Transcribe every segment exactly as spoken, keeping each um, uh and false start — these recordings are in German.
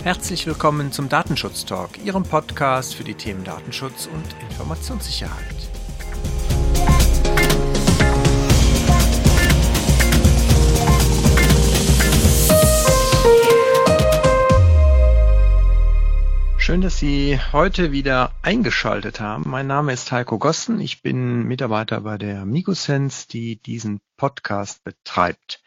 Herzlich willkommen zum Datenschutz-Talk, Ihrem Podcast für die Themen Datenschutz und Informationssicherheit. Schön, dass Sie heute wieder eingeschaltet haben. Mein Name ist Heiko Gossen. Ich bin Mitarbeiter bei der Migosense, die diesen Podcast betreibt.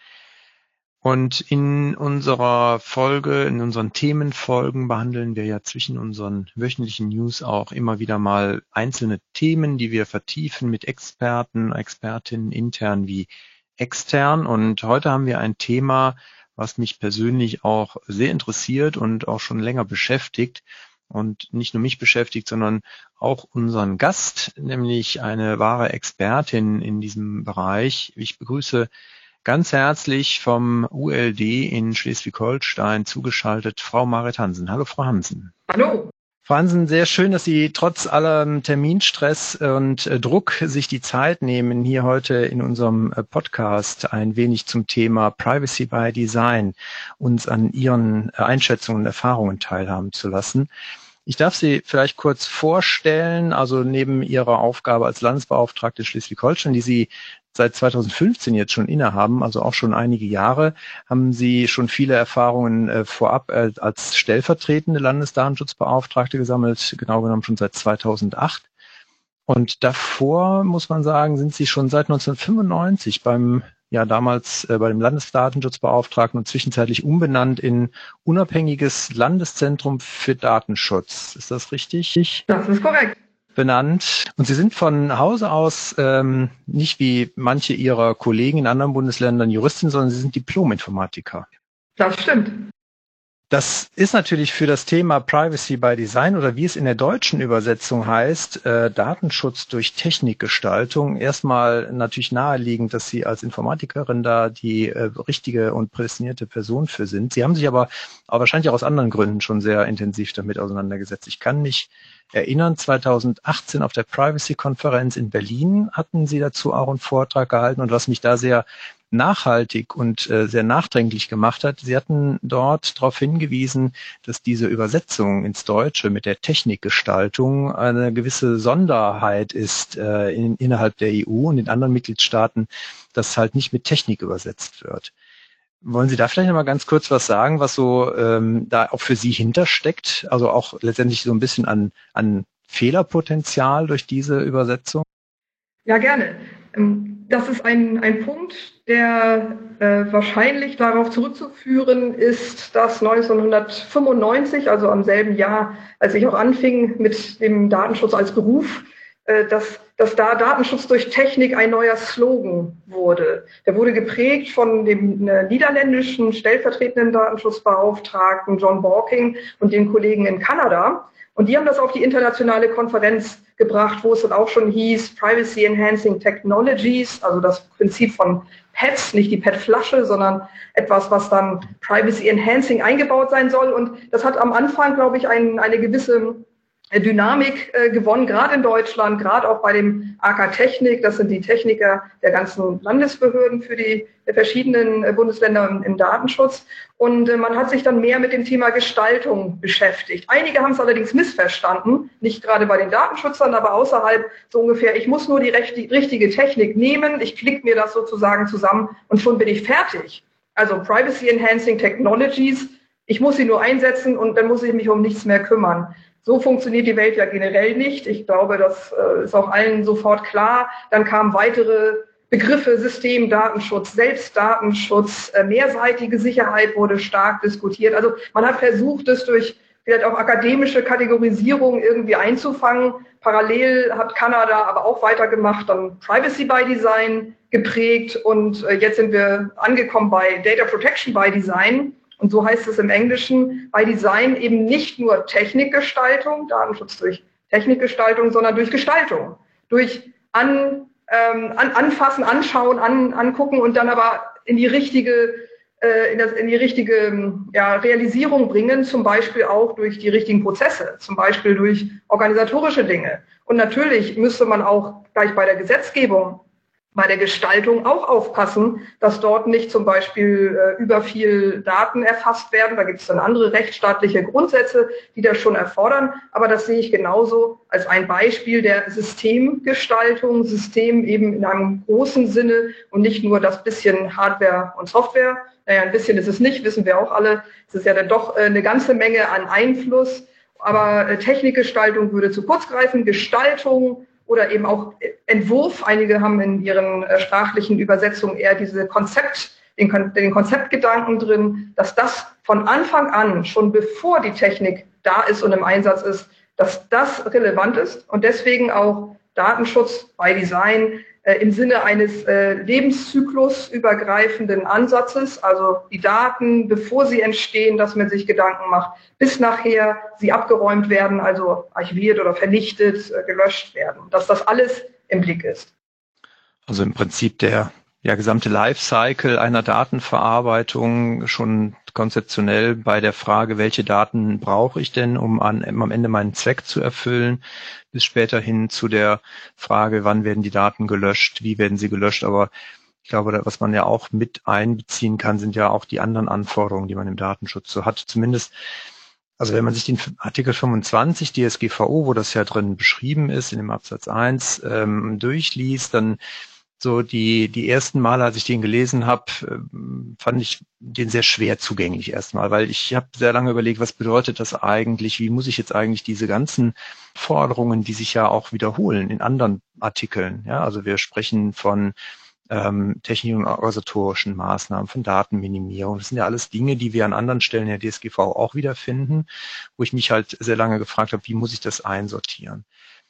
Und in unserer Folge, in unseren Themenfolgen behandeln wir ja zwischen unseren wöchentlichen News auch immer wieder mal einzelne Themen, die wir vertiefen mit Experten, Expertinnen intern wie extern. Und heute haben wir ein Thema, was mich persönlich auch sehr interessiert und auch schon länger beschäftigt. Und nicht nur mich beschäftigt, sondern auch unseren Gast, nämlich eine wahre Expertin in diesem Bereich. Ich begrüße ganz herzlich vom U L D in Schleswig-Holstein zugeschaltet Frau Marit Hansen. Hallo, Frau Hansen. Hallo. Frau Hansen, sehr schön, dass Sie trotz allem Terminstress und Druck sich die Zeit nehmen, hier heute in unserem Podcast ein wenig zum Thema Privacy by Design uns an Ihren Einschätzungen und Erfahrungen teilhaben zu lassen. Ich darf Sie vielleicht kurz vorstellen, also neben Ihrer Aufgabe als Landesbeauftragte Schleswig-Holstein, die Sie seit zweitausendfünfzehn jetzt schon innehaben, also auch schon einige Jahre, haben Sie schon viele Erfahrungen äh, vorab äh, als stellvertretende Landesdatenschutzbeauftragte gesammelt, genau genommen schon seit zweitausendacht. Und davor, muss man sagen, sind Sie schon seit neunzehnhundertfünfundneunzig beim, ja damals äh, bei dem Landesdatenschutzbeauftragten und zwischenzeitlich umbenannt in Unabhängiges Landeszentrum für Datenschutz. Ist das richtig? Das ist korrekt. Benannt. Und Sie sind von Hause aus ähm, nicht wie manche Ihrer Kollegen in anderen Bundesländern Juristin, sondern Sie sind Diplom-Informatiker. Das stimmt. Das ist natürlich für das Thema Privacy by Design oder wie es in der deutschen Übersetzung heißt, äh, Datenschutz durch Technikgestaltung, erstmal natürlich naheliegend, dass Sie als Informatikerin da die äh, richtige und prädestinierte Person für sind. Sie haben sich aber, aber wahrscheinlich auch aus anderen Gründen schon sehr intensiv damit auseinandergesetzt. Ich kann mich erinnern, zweitausendachtzehn auf der Privacy-Konferenz in Berlin hatten Sie dazu auch einen Vortrag gehalten und was mich da sehr nachhaltig und äh, sehr nachdenklich gemacht hat. Sie hatten dort darauf hingewiesen, dass diese Übersetzung ins Deutsche mit der Technikgestaltung eine gewisse Sonderheit ist äh, in, innerhalb der E U und in anderen Mitgliedstaaten, dass halt nicht mit Technik übersetzt wird. Wollen Sie da vielleicht noch mal ganz kurz was sagen, was so ähm, da auch für Sie hintersteckt? Also auch letztendlich so ein bisschen an, an Fehlerpotenzial durch diese Übersetzung? Ja, gerne. Das ist ein, ein Punkt, der äh, wahrscheinlich darauf zurückzuführen ist, dass neunzehnhundertfünfundneunzig, also am selben Jahr, als ich auch anfing mit dem Datenschutz als Beruf, äh, dass, dass da Datenschutz durch Technik ein neuer Slogan wurde. Der wurde geprägt von dem äh, niederländischen stellvertretenden Datenschutzbeauftragten John Borking und den Kollegen in Kanada. Und die haben das auf die internationale Konferenz gebracht, wo es dann auch schon hieß, Privacy Enhancing Technologies, also das Prinzip von P E Ts, nicht die P E T-Flasche, sondern etwas, was dann Privacy Enhancing eingebaut sein soll. Und das hat am Anfang, glaube ich, ein, eine gewisse Dynamik äh, gewonnen, gerade in Deutschland, gerade auch bei dem A K Technik. Das sind die Techniker der ganzen Landesbehörden für die verschiedenen äh, Bundesländer im, im Datenschutz. Und äh, man hat sich dann mehr mit dem Thema Gestaltung beschäftigt. Einige haben es allerdings missverstanden, nicht gerade bei den Datenschützern, aber außerhalb so ungefähr, ich muss nur die, recht, die richtige Technik nehmen, ich klicke mir das sozusagen zusammen und schon bin ich fertig. Also Privacy Enhancing Technologies, ich muss sie nur einsetzen und dann muss ich mich um nichts mehr kümmern. So funktioniert die Welt ja generell nicht. Ich glaube, das äh, ist auch allen sofort klar. Dann kamen weitere Begriffe, Systemdatenschutz, Selbstdatenschutz, äh, mehrseitige Sicherheit wurde stark diskutiert. Also man hat versucht, es durch vielleicht auch akademische Kategorisierung irgendwie einzufangen. Parallel hat Kanada aber auch weitergemacht, dann Privacy by Design geprägt und äh, jetzt sind wir angekommen bei Data Protection by Design. Und so heißt es im Englischen, bei Design eben nicht nur Technikgestaltung, Datenschutz durch Technikgestaltung, sondern durch Gestaltung. Durch an, ähm, an, Anfassen, Anschauen, an, Angucken und dann aber in die richtige, äh, in, das, in die richtige ja, Realisierung bringen, zum Beispiel auch durch die richtigen Prozesse, zum Beispiel durch organisatorische Dinge. Und natürlich müsste man auch gleich bei der Gesetzgebung bei der Gestaltung auch aufpassen, dass dort nicht zum Beispiel äh, über viel Daten erfasst werden. Da gibt es dann andere rechtsstaatliche Grundsätze, die das schon erfordern. Aber das sehe ich genauso als ein Beispiel der Systemgestaltung, System eben in einem großen Sinne und nicht nur das bisschen Hardware und Software. Naja, ein bisschen ist es nicht, wissen wir auch alle. Es ist ja dann doch äh, eine ganze Menge an Einfluss. Aber äh, Technikgestaltung würde zu kurz greifen. Gestaltung oder eben auch Entwurf. Einige haben in ihren äh, sprachlichen Übersetzungen eher diese Konzept, den, den Konzeptgedanken drin, dass das von Anfang an, schon bevor die Technik da ist und im Einsatz ist, dass das relevant ist und deswegen auch Datenschutz by Design äh, im Sinne eines äh, lebenszyklusübergreifenden Ansatzes, also die Daten, bevor sie entstehen, dass man sich Gedanken macht, bis nachher sie abgeräumt werden, also archiviert oder vernichtet, äh, gelöscht werden, dass das alles im Blick ist. Also im Prinzip der ja, gesamte Lifecycle einer Datenverarbeitung schon konzeptionell bei der Frage, welche Daten brauche ich denn, um an, am Ende meinen Zweck zu erfüllen, bis später hin zu der Frage, wann werden die Daten gelöscht, wie werden sie gelöscht. Aber ich glaube, was man ja auch mit einbeziehen kann, sind ja auch die anderen Anforderungen, die man im Datenschutz so hat. Zumindest, also wenn man sich den Artikel fünfundzwanzig D S G V O, wo das ja drin beschrieben ist, in dem Absatz eins, ähm, durchliest, dann so die die ersten Male, als ich den gelesen habe, fand ich den sehr schwer zugänglich erstmal, weil ich habe sehr lange überlegt, was bedeutet das eigentlich, wie muss ich jetzt eigentlich diese ganzen Forderungen, die sich ja auch wiederholen in anderen Artikeln, ja, also wir sprechen von ähm, technischen und organisatorischen Maßnahmen, von Datenminimierung, das sind ja alles Dinge, die wir an anderen Stellen in der D S G V O auch wiederfinden, wo ich mich halt sehr lange gefragt habe, wie muss ich das einsortieren?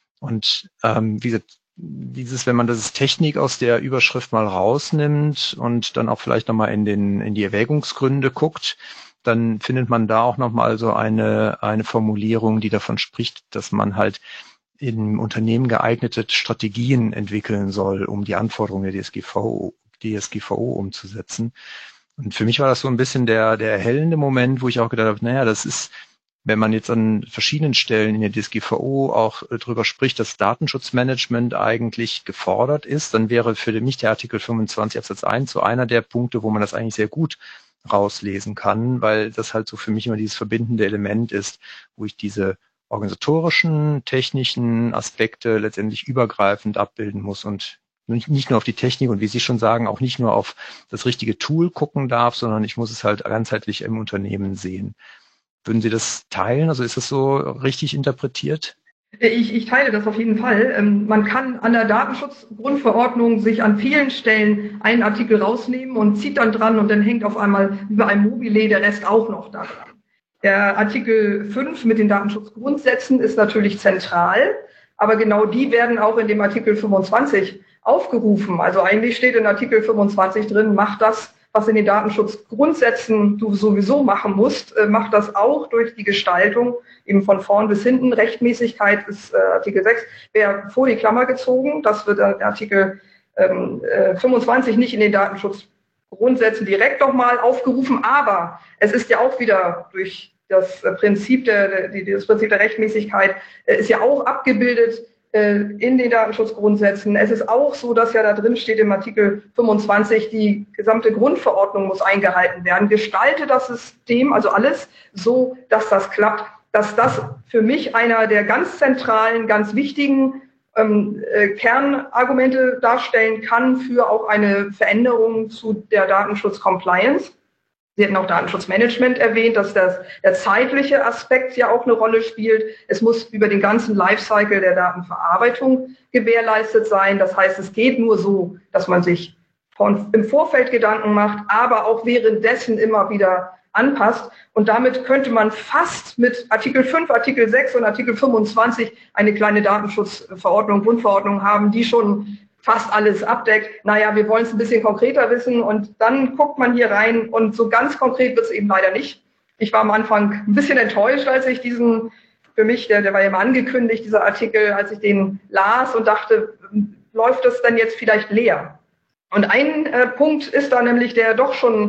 Und ähm, wie gesagt, dieses, wenn man das Technik aus der Überschrift mal rausnimmt und dann auch vielleicht nochmal in den, in die Erwägungsgründe guckt, dann findet man da auch nochmal so eine, eine Formulierung, die davon spricht, dass man halt im Unternehmen geeignete Strategien entwickeln soll, um die Anforderungen der D S G V O, D S G V O umzusetzen. Und für mich war das so ein bisschen der, der erhellende Moment, wo ich auch gedacht habe, naja, das ist, wenn man jetzt an verschiedenen Stellen in der D S G V O auch drüber spricht, dass Datenschutzmanagement eigentlich gefordert ist, dann wäre für mich der Artikel fünfundzwanzig Absatz eins so einer der Punkte, wo man das eigentlich sehr gut rauslesen kann, weil das halt so für mich immer dieses verbindende Element ist, wo ich diese organisatorischen, technischen Aspekte letztendlich übergreifend abbilden muss und nicht nur auf die Technik und wie Sie schon sagen, auch nicht nur auf das richtige Tool gucken darf, sondern ich muss es halt ganzheitlich im Unternehmen sehen. Würden Sie das teilen? Also ist das so richtig interpretiert? Ich, ich teile das auf jeden Fall. Ähm, man kann an der Datenschutzgrundverordnung sich an vielen Stellen einen Artikel rausnehmen und zieht dann dran und dann hängt auf einmal über ein Mobile der Rest auch noch da dran. Der Artikel fünf mit den Datenschutzgrundsätzen ist natürlich zentral, aber genau die werden auch in dem Artikel fünfundzwanzig aufgerufen. Also eigentlich steht in Artikel fünfundzwanzig drin, mach das, was in den Datenschutzgrundsätzen du sowieso machen musst, äh, mach das auch durch die Gestaltung, eben von vorn bis hinten. Rechtmäßigkeit ist äh, Artikel sechs, wäre vor die Klammer gezogen. Das wird äh, Artikel ähm, äh, fünfundzwanzig nicht in den Datenschutzgrundsätzen direkt nochmal aufgerufen, aber es ist ja auch wieder durch das äh, Prinzip der, die, das Prinzip der Rechtmäßigkeit äh, ist ja auch abgebildet in den Datenschutzgrundsätzen. Es ist auch so, dass ja da drin steht im Artikel fünfundzwanzig, die gesamte Grundverordnung muss eingehalten werden. Gestalte das System, also alles, so, dass das klappt, dass das für mich einer der ganz zentralen, ganz wichtigen ähm, äh, Kernargumente darstellen kann für auch eine Veränderung zu der Datenschutz-Compliance. Sie hatten auch Datenschutzmanagement erwähnt, dass das, der zeitliche Aspekt ja auch eine Rolle spielt. Es muss über den ganzen Lifecycle der Datenverarbeitung gewährleistet sein. Das heißt, es geht nur so, dass man sich von, im Vorfeld Gedanken macht, aber auch währenddessen immer wieder anpasst. Und damit könnte man fast mit Artikel fünf, Artikel sechs und Artikel fünfundzwanzig eine kleine Datenschutzverordnung, Grundverordnung haben, die schon fast alles abdeckt. Naja, wir wollen es ein bisschen konkreter wissen und dann guckt man hier rein und so ganz konkret wird es eben leider nicht. Ich war am Anfang ein bisschen enttäuscht, als ich diesen, für mich, der, der war ja immer angekündigt, dieser Artikel, als ich den las und dachte, läuft das dann jetzt vielleicht leer? Und ein äh, Punkt ist da nämlich, der doch schon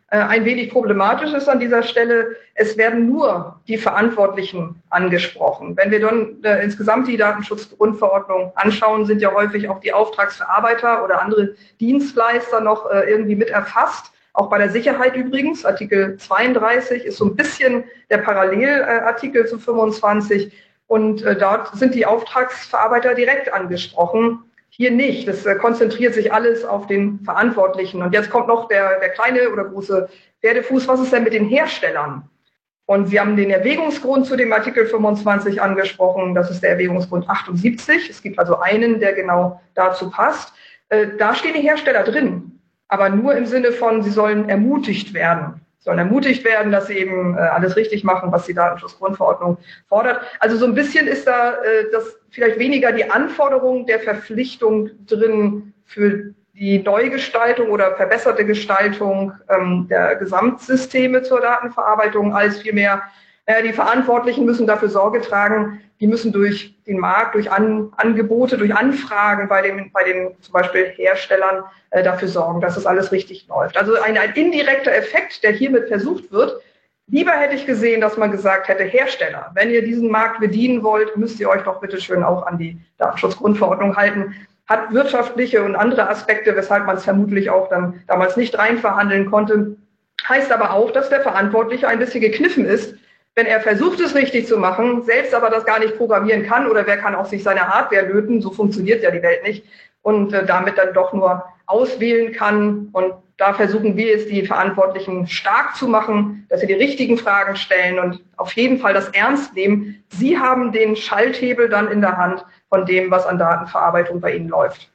Ein wenig problematisch ist an dieser Stelle, es werden nur die Verantwortlichen angesprochen. Wenn wir dann äh, insgesamt die Datenschutzgrundverordnung anschauen, sind ja häufig auch die Auftragsverarbeiter oder andere Dienstleister noch äh, irgendwie mit erfasst. Auch bei der Sicherheit übrigens. Artikel zweiunddreißig ist so ein bisschen der Parallelartikel zu fünfundzwanzig. Und äh, dort sind die Auftragsverarbeiter direkt angesprochen. Hier nicht. Das äh, konzentriert sich alles auf den Verantwortlichen. Und jetzt kommt noch der, der kleine oder große Pferdefuß. Was ist denn mit den Herstellern? Und Sie haben den Erwägungsgrund zu dem Artikel fünfundzwanzig angesprochen. Das ist der Erwägungsgrund achtundsiebzig. Es gibt also einen, der genau dazu passt. Äh, da stehen die Hersteller drin. Aber nur im Sinne von, sie sollen ermutigt werden. Sie sollen ermutigt werden, dass sie eben äh, alles richtig machen, was die Datenschutzgrundverordnung fordert. Also so ein bisschen ist da äh, das vielleicht weniger die Anforderung der Verpflichtung drin für die Neugestaltung oder verbesserte Gestaltung ähm, der Gesamtsysteme zur Datenverarbeitung, als vielmehr äh, die Verantwortlichen müssen dafür Sorge tragen, die müssen durch den Markt, durch An Angebote, durch Anfragen bei den, bei den zum Beispiel Herstellern äh, dafür sorgen, dass das alles richtig läuft. Also ein, ein indirekter Effekt, der hiermit versucht wird. Lieber hätte ich gesehen, dass man gesagt hätte, Hersteller, wenn ihr diesen Markt bedienen wollt, müsst ihr euch doch bitte schön auch an die Datenschutzgrundverordnung halten. Hat wirtschaftliche und andere Aspekte, weshalb man es vermutlich auch dann damals nicht reinverhandeln konnte. Heißt aber auch, dass der Verantwortliche ein bisschen gekniffen ist, wenn er versucht, es richtig zu machen, selbst aber das gar nicht programmieren kann, oder wer kann auch sich seine Hardware löten, so funktioniert ja die Welt nicht, und äh, damit dann doch nur auswählen kann. Und da versuchen wir jetzt, die Verantwortlichen stark zu machen, dass sie die richtigen Fragen stellen und auf jeden Fall das ernst nehmen. Sie haben den Schalthebel dann in der Hand von dem, was an Datenverarbeitung bei Ihnen läuft.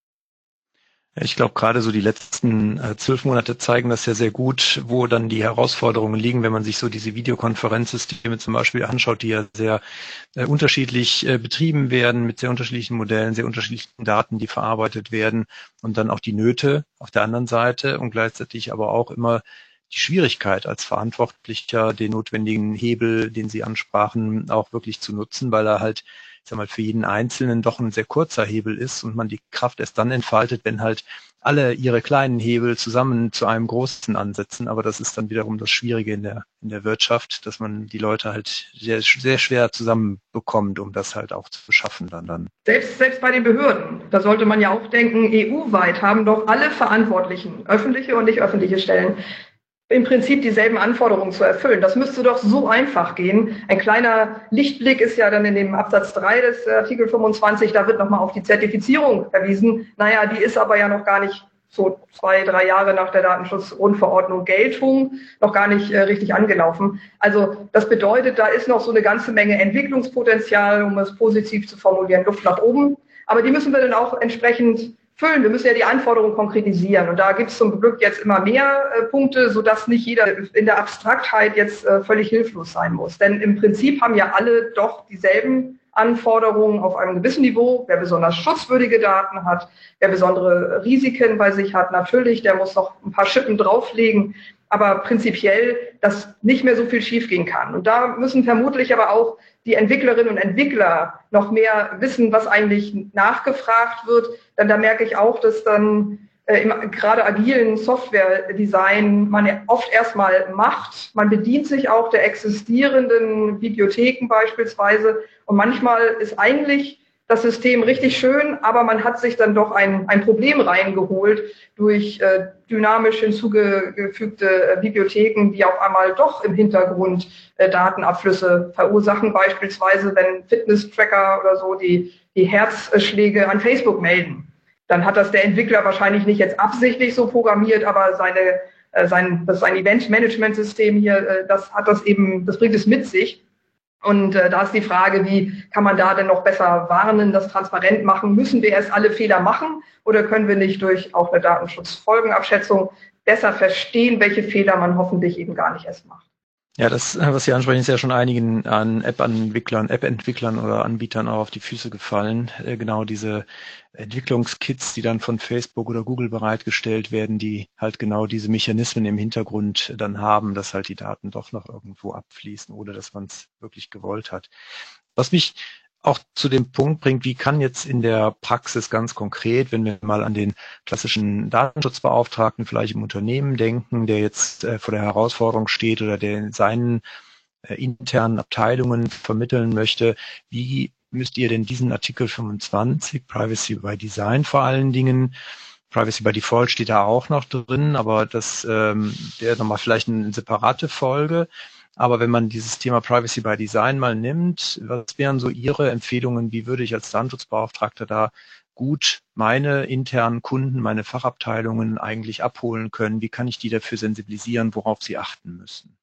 Ich glaube, gerade so die letzten äh, zwölf Monate zeigen das ja sehr gut, wo dann die Herausforderungen liegen, wenn man sich so diese Videokonferenzsysteme zum Beispiel anschaut, die ja sehr äh, unterschiedlich äh, betrieben werden, mit sehr unterschiedlichen Modellen, sehr unterschiedlichen Daten, die verarbeitet werden, und dann auch die Nöte auf der anderen Seite und gleichzeitig aber auch immer die Schwierigkeit als Verantwortlicher, den notwendigen Hebel, den Sie ansprachen, auch wirklich zu nutzen, weil er halt, ich sag mal, für jeden Einzelnen doch ein sehr kurzer Hebel ist und man die Kraft erst dann entfaltet, wenn halt alle ihre kleinen Hebel zusammen zu einem großen ansetzen. Aber das ist dann wiederum das Schwierige in der in der Wirtschaft, dass man die Leute halt sehr, sehr schwer zusammenbekommt, um das halt auch zu schaffen dann. dann. Selbst, selbst bei den Behörden, da sollte man ja auch denken, E U-weit haben doch alle Verantwortlichen, öffentliche und nicht öffentliche Stellen, im Prinzip dieselben Anforderungen zu erfüllen. Das müsste doch so einfach gehen. Ein kleiner Lichtblick ist ja dann in dem Absatz drei des Artikel fünfundzwanzig, da wird nochmal auf die Zertifizierung verwiesen. Naja, die ist aber ja noch gar nicht so zwei, drei Jahre nach der Datenschutzgrundverordnung Geltung, noch gar nicht äh, richtig angelaufen. Also das bedeutet, da ist noch so eine ganze Menge Entwicklungspotenzial, um es positiv zu formulieren, Luft nach oben. Aber die müssen wir dann auch entsprechend füllen. Wir müssen ja die Anforderungen konkretisieren. Und da gibt es zum Glück jetzt immer mehr äh, Punkte, sodass nicht jeder in der Abstraktheit jetzt äh, völlig hilflos sein muss. Denn im Prinzip haben ja alle doch dieselben Anforderungen auf einem gewissen Niveau. Wer besonders schutzwürdige Daten hat, wer besondere Risiken bei sich hat, natürlich, der muss noch ein paar Schippen drauflegen. Aber prinzipiell, dass nicht mehr so viel schiefgehen kann. Und da müssen vermutlich aber auch die Entwicklerinnen und Entwickler noch mehr wissen, was eigentlich nachgefragt wird. Denn da merke ich auch, dass dann äh, im gerade agilen Software-Design man ja oft erstmal macht. Man bedient sich auch der existierenden Bibliotheken beispielsweise. Und manchmal ist eigentlich das System richtig schön, aber man hat sich dann doch ein, ein Problem reingeholt durch äh, dynamisch hinzugefügte äh, Bibliotheken, die auf einmal doch im Hintergrund äh, Datenabflüsse verursachen, beispielsweise wenn Fitness-Tracker oder so die, die Herzschläge an Facebook melden. Dann hat das der Entwickler wahrscheinlich nicht jetzt absichtlich so programmiert, aber seine, äh, sein, das ist ein Event-Management-System hier, äh, das hat das eben, das bringt es mit sich. Und äh, da ist die Frage, wie kann man da denn noch besser warnen, das transparent machen? Müssen wir erst alle Fehler machen oder können wir nicht durch auch eine Datenschutzfolgenabschätzung besser verstehen, welche Fehler man hoffentlich eben gar nicht erst macht? Ja, das, was Sie ansprechen, ist ja schon einigen an App-Entwicklern, App-Entwicklern oder Anbietern auch auf die Füße gefallen. Äh, genau diese Entwicklungskits, die dann von Facebook oder Google bereitgestellt werden, die halt genau diese Mechanismen im Hintergrund dann haben, dass halt die Daten doch noch irgendwo abfließen, ohne dass man es wirklich gewollt hat. Was mich auch zu dem Punkt bringt, wie kann jetzt in der Praxis ganz konkret, wenn wir mal an den klassischen Datenschutzbeauftragten vielleicht im Unternehmen denken, der jetzt äh, vor der Herausforderung steht oder der in seinen äh, internen Abteilungen vermitteln möchte, wie müsst ihr denn diesen Artikel fünfundzwanzig, Privacy by Design vor allen Dingen, Privacy by Default steht da auch noch drin, aber das ähm, wäre nochmal vielleicht eine separate Folge. Aber wenn man dieses Thema Privacy by Design mal nimmt, was wären so Ihre Empfehlungen, wie würde ich als Datenschutzbeauftragter da gut meine internen Kunden, meine Fachabteilungen eigentlich abholen können? Wie kann ich die dafür sensibilisieren, worauf sie achten müssen?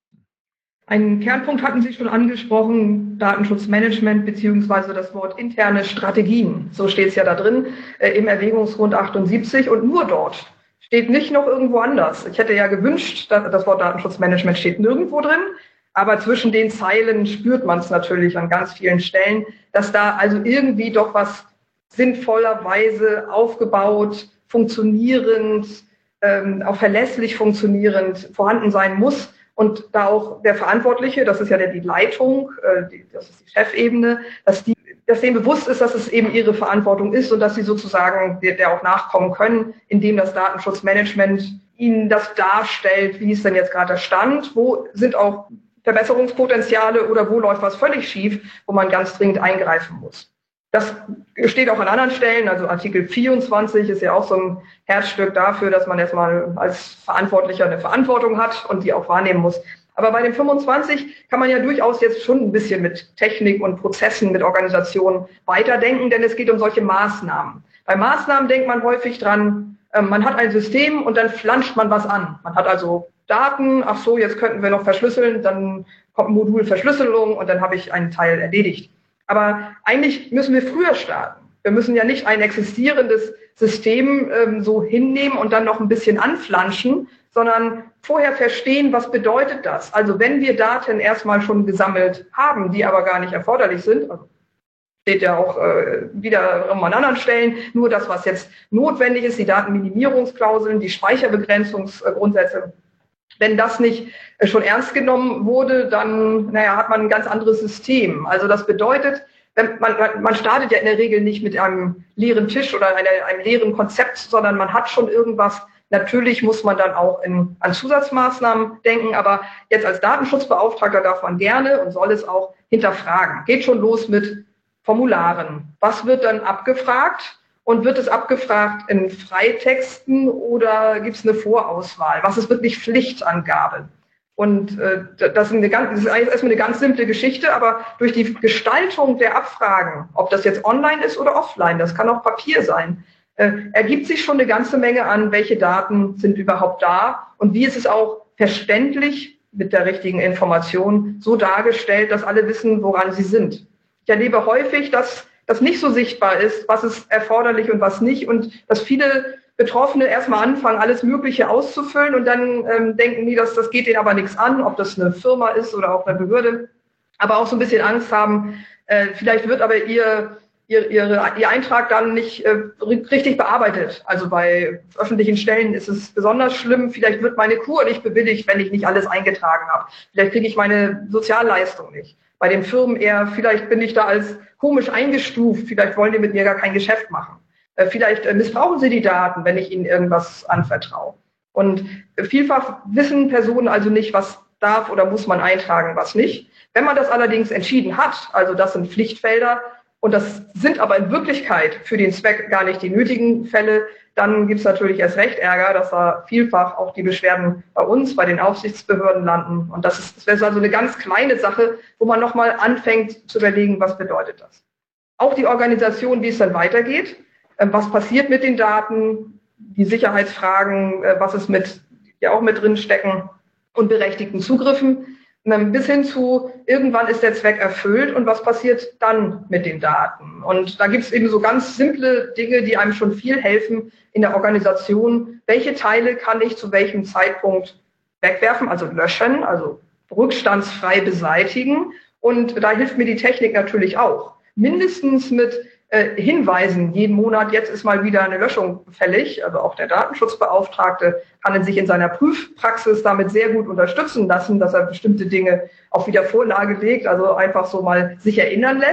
Einen Kernpunkt hatten Sie schon angesprochen, Datenschutzmanagement beziehungsweise das Wort interne Strategien. So steht es ja da drin äh, im Erwägungsgrund achtundsiebzig und nur dort. Steht nicht noch irgendwo anders. Ich hätte ja gewünscht, dass das Wort Datenschutzmanagement steht nirgendwo drin. Aber zwischen den Zeilen spürt man es natürlich an ganz vielen Stellen, dass da also irgendwie doch was sinnvollerweise aufgebaut, funktionierend, ähm, auch verlässlich funktionierend vorhanden sein muss. Und da auch der Verantwortliche, das ist ja der, die Leitung, äh, die, das ist die Chefebene, dass, die, dass denen bewusst ist, dass es eben ihre Verantwortung ist und dass sie sozusagen der, der auch nachkommen können, indem das Datenschutzmanagement ihnen das darstellt, wie ist denn jetzt gerade der Stand, wo sind auch Verbesserungspotenziale oder wo läuft was völlig schief, wo man ganz dringend eingreifen muss. Das steht auch an anderen Stellen, also Artikel vierundzwanzig ist ja auch so ein Herzstück dafür, dass man erstmal als Verantwortlicher eine Verantwortung hat und die auch wahrnehmen muss. Aber bei dem fünfundzwanzig kann man ja durchaus jetzt schon ein bisschen mit Technik und Prozessen, mit Organisationen weiterdenken, denn es geht um solche Maßnahmen. Bei Maßnahmen denkt man häufig dran, man hat ein System und dann flanscht man was an. Man hat also Daten, ach so, jetzt könnten wir noch verschlüsseln, dann kommt ein Modul Verschlüsselung und dann habe ich einen Teil erledigt. Aber eigentlich müssen wir früher starten. Wir müssen ja nicht ein existierendes System ähm, so hinnehmen und dann noch ein bisschen anflanschen, sondern vorher verstehen, was bedeutet das. Also wenn wir Daten erstmal schon gesammelt haben, die aber gar nicht erforderlich sind, also steht ja auch äh, wieder an anderen Stellen, nur das, was jetzt notwendig ist, die Datenminimierungsklauseln, die Speicherbegrenzungsgrundsätze. Wenn das nicht schon ernst genommen wurde, dann naja, hat man ein ganz anderes System. Also das bedeutet, wenn man, man startet ja in der Regel nicht mit einem leeren Tisch oder einer, einem leeren Konzept, sondern man hat schon irgendwas. Natürlich muss man dann auch in, an Zusatzmaßnahmen denken, aber jetzt als Datenschutzbeauftragter darf man gerne und soll es auch hinterfragen. Geht schon los mit Formularen. Was wird dann abgefragt? Und wird es abgefragt in Freitexten oder gibt es eine Vorauswahl? Was ist wirklich Pflichtangabe? Und äh, das, ist eine ganz, das ist erstmal eine ganz simple Geschichte, aber durch die Gestaltung der Abfragen, ob das jetzt online ist oder offline, das kann auch Papier sein, äh, ergibt sich schon eine ganze Menge an, welche Daten sind überhaupt da und wie ist es auch verständlich mit der richtigen Information so dargestellt, dass alle wissen, woran sie sind. Ich erlebe häufig, dass das nicht so sichtbar ist, was ist erforderlich und was nicht und dass viele Betroffene erstmal anfangen, alles Mögliche auszufüllen und dann ähm, denken die, dass das geht denen aber nichts an, ob das eine Firma ist oder auch eine Behörde, aber auch so ein bisschen Angst haben, äh, vielleicht wird aber ihr, ihr, ihre, ihr Eintrag dann nicht äh, richtig bearbeitet. Also bei öffentlichen Stellen ist es besonders schlimm, vielleicht wird meine Kur nicht bewilligt, wenn ich nicht alles eingetragen habe. Vielleicht kriege ich meine Sozialleistung nicht. Bei den Firmen eher, vielleicht bin ich da als komisch eingestuft, vielleicht wollen die mit mir gar kein Geschäft machen. Äh, vielleicht äh, missbrauchen sie die Daten, wenn ich ihnen irgendwas anvertraue. Und äh, vielfach wissen Personen also nicht, was darf oder muss man eintragen, was nicht. Wenn man das allerdings entschieden hat, also das sind Pflichtfelder, und das sind aber in Wirklichkeit für den Zweck gar nicht die nötigen Fälle, dann gibt es natürlich erst recht Ärger, dass da vielfach auch die Beschwerden bei uns, bei den Aufsichtsbehörden landen. Und das ist, das ist also eine ganz kleine Sache, wo man nochmal anfängt zu überlegen, was bedeutet das. Auch die Organisation, wie es dann weitergeht, was passiert mit den Daten, die Sicherheitsfragen, was ist mit, die auch mit drin stecken und berechtigten Zugriffen, bis hin zu, irgendwann ist der Zweck erfüllt und was passiert dann mit den Daten? Und da gibt es eben so ganz simple Dinge, die einem schon viel helfen in der Organisation. Welche Teile kann ich zu welchem Zeitpunkt wegwerfen, also löschen, also rückstandsfrei beseitigen? Und da hilft mir die Technik natürlich auch. Mindestens mit äh, Hinweisen jeden Monat, jetzt ist mal wieder eine Löschung fällig. Also auch der Datenschutzbeauftragte kann sich in seiner Prüfpraxis damit sehr gut unterstützen lassen, dass er bestimmte Dinge auf Wiedervorlage legt, also einfach so mal sich erinnern lässt.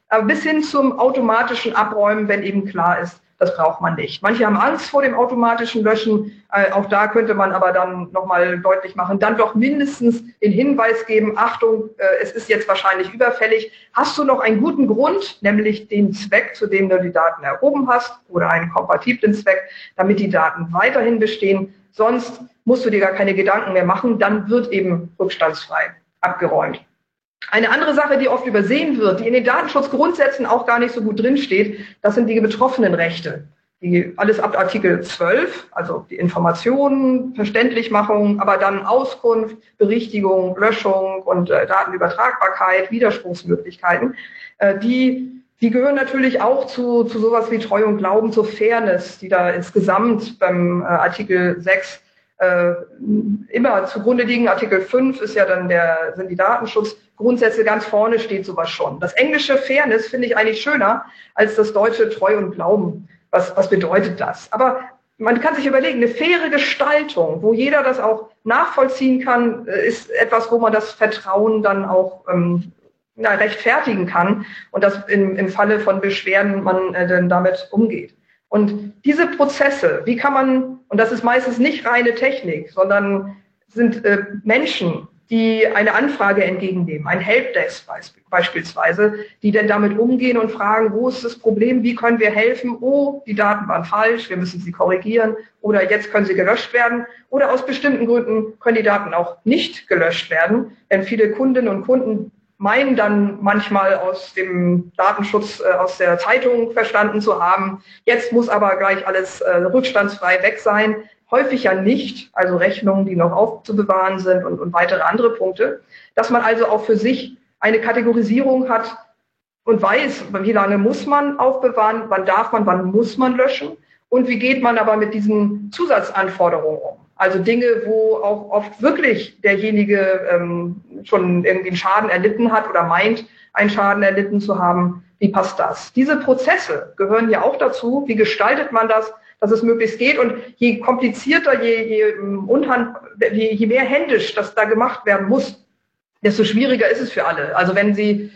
Aber bis hin zum automatischen Abräumen, wenn eben klar ist, das braucht man nicht. Manche haben Angst vor dem automatischen Löschen. Äh, auch da könnte man aber dann nochmal deutlich machen, dann doch mindestens den Hinweis geben, Achtung, äh, es ist jetzt wahrscheinlich überfällig. Hast du noch einen guten Grund, nämlich den Zweck, zu dem du die Daten erhoben hast oder einen kompatiblen Zweck, damit die Daten weiterhin bestehen. Sonst musst du dir gar keine Gedanken mehr machen. Dann wird eben rückstandsfrei abgeräumt. Eine andere Sache, die oft übersehen wird, die in den Datenschutzgrundsätzen auch gar nicht so gut drinsteht, das sind die betroffenen Rechte. Die, alles ab Artikel zwölf, also die Informationen, Verständlichmachung, aber dann Auskunft, Berichtigung, Löschung und äh, Datenübertragbarkeit, Widerspruchsmöglichkeiten, äh, die, die gehören natürlich auch zu, zu sowas wie Treu und Glauben, zur Fairness, die da insgesamt beim äh, Artikel sechs äh, immer zugrunde liegen. Artikel fünf ist ja dann der, sind die Datenschutzgrundsätze, ganz vorne steht sowas schon. Das englische Fairness finde ich eigentlich schöner als das deutsche Treu und Glauben. Was, was bedeutet das? Aber man kann sich überlegen, eine faire Gestaltung, wo jeder das auch nachvollziehen kann, ist etwas, wo man das Vertrauen dann auch ähm, na, rechtfertigen kann und dass im, im Falle von Beschwerden man äh, dann damit umgeht. Und diese Prozesse, wie kann man, und das ist meistens nicht reine Technik, sondern sind äh, Menschen, die eine Anfrage entgegennehmen, ein Helpdesk beispielsweise, die dann damit umgehen und fragen, wo ist das Problem, wie können wir helfen, oh, die Daten waren falsch, wir müssen sie korrigieren oder jetzt können sie gelöscht werden oder aus bestimmten Gründen können die Daten auch nicht gelöscht werden, denn viele Kundinnen und Kunden meinen dann manchmal aus dem Datenschutz äh, aus der Zeitung verstanden zu haben, jetzt muss aber gleich alles äh, rückstandsfrei weg sein. Häufig ja nicht, also Rechnungen, die noch aufzubewahren sind und, und weitere andere Punkte, dass man also auch für sich eine Kategorisierung hat und weiß, wie lange muss man aufbewahren, wann darf man, wann muss man löschen und wie geht man aber mit diesen Zusatzanforderungen um. Also Dinge, wo auch oft wirklich derjenige ähm, schon irgendwie einen Schaden erlitten hat oder meint, einen Schaden erlitten zu haben. Wie passt das? Diese Prozesse gehören ja auch dazu. Wie gestaltet man das, dass es möglichst geht? Und je komplizierter, je, je, unhand, je, je mehr händisch das da gemacht werden muss, desto schwieriger ist es für alle. Also wenn Sie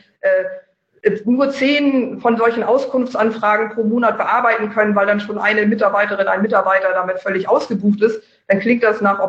äh, nur zehn von solchen Auskunftsanfragen pro Monat bearbeiten können, weil dann schon eine Mitarbeiterin, ein Mitarbeiter damit völlig ausgebucht ist, dann klingt das nach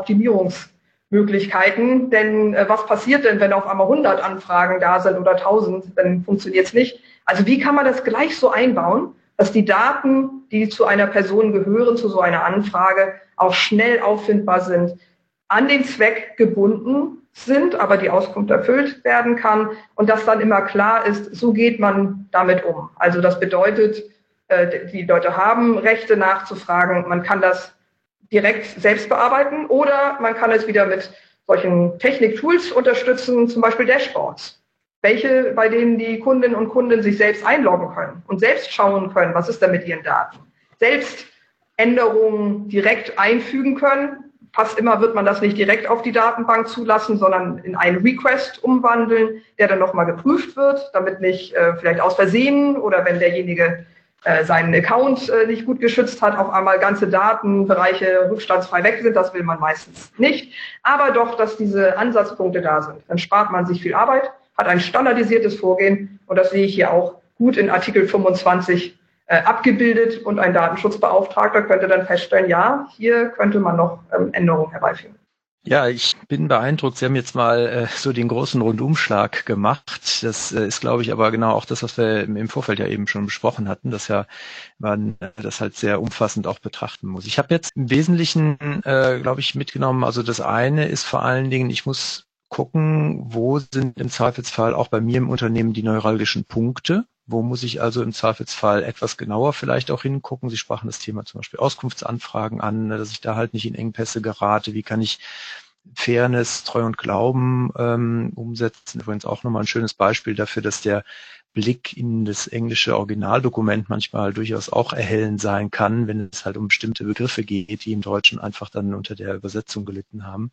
Optimierungsmöglichkeiten. Denn äh, was passiert denn, wenn auf einmal hundert Anfragen da sind oder tausend? Dann funktioniert es nicht. Also wie kann man das gleich so einbauen, dass die Daten, die zu einer Person gehören, zu so einer Anfrage, auch schnell auffindbar sind, an den Zweck gebunden sind, aber die Auskunft erfüllt werden kann und dass dann immer klar ist, so geht man damit um. Also das bedeutet, äh, die Leute haben Rechte nachzufragen, man kann das direkt selbst bearbeiten oder man kann es wieder mit solchen Technik-Tools unterstützen, zum Beispiel Dashboards, welche, bei denen die Kundinnen und Kunden sich selbst einloggen können und selbst schauen können, was ist da mit ihren Daten, selbst Änderungen direkt einfügen können. Fast immer wird man das nicht direkt auf die Datenbank zulassen, sondern in einen Request umwandeln, der dann nochmal geprüft wird, damit nicht äh, vielleicht aus Versehen oder wenn derjenige äh, seinen Account äh, nicht gut geschützt hat, auf einmal ganze Datenbereiche rückstandsfrei weg sind. Das will man meistens nicht. Aber doch, dass diese Ansatzpunkte da sind. Dann spart man sich viel Arbeit, hat ein standardisiertes Vorgehen und das sehe ich hier auch gut in Artikel fünfundzwanzig Äh, abgebildet und ein Datenschutzbeauftragter könnte dann feststellen, ja, hier könnte man noch ähm, Änderungen herbeiführen. Ja, ich bin beeindruckt. Sie haben jetzt mal äh, so den großen Rundumschlag gemacht. Das äh, ist, glaube ich, aber genau auch das, was wir im Vorfeld ja eben schon besprochen hatten, dass ja man das halt sehr umfassend auch betrachten muss. Ich habe jetzt im Wesentlichen, äh, glaube ich, mitgenommen, also das eine ist vor allen Dingen, ich muss gucken, wo sind im Zweifelsfall auch bei mir im Unternehmen die neuralgischen Punkte. Wo muss ich also im Zweifelsfall etwas genauer vielleicht auch hingucken? Sie sprachen das Thema zum Beispiel Auskunftsanfragen an, dass ich da halt nicht in Engpässe gerate. Wie kann ich Fairness, Treu und Glauben ähm, umsetzen? Übrigens auch nochmal ein schönes Beispiel dafür, dass der Blick in das englische Originaldokument manchmal durchaus auch erhellend sein kann, wenn es halt um bestimmte Begriffe geht, die im Deutschen einfach dann unter der Übersetzung gelitten haben.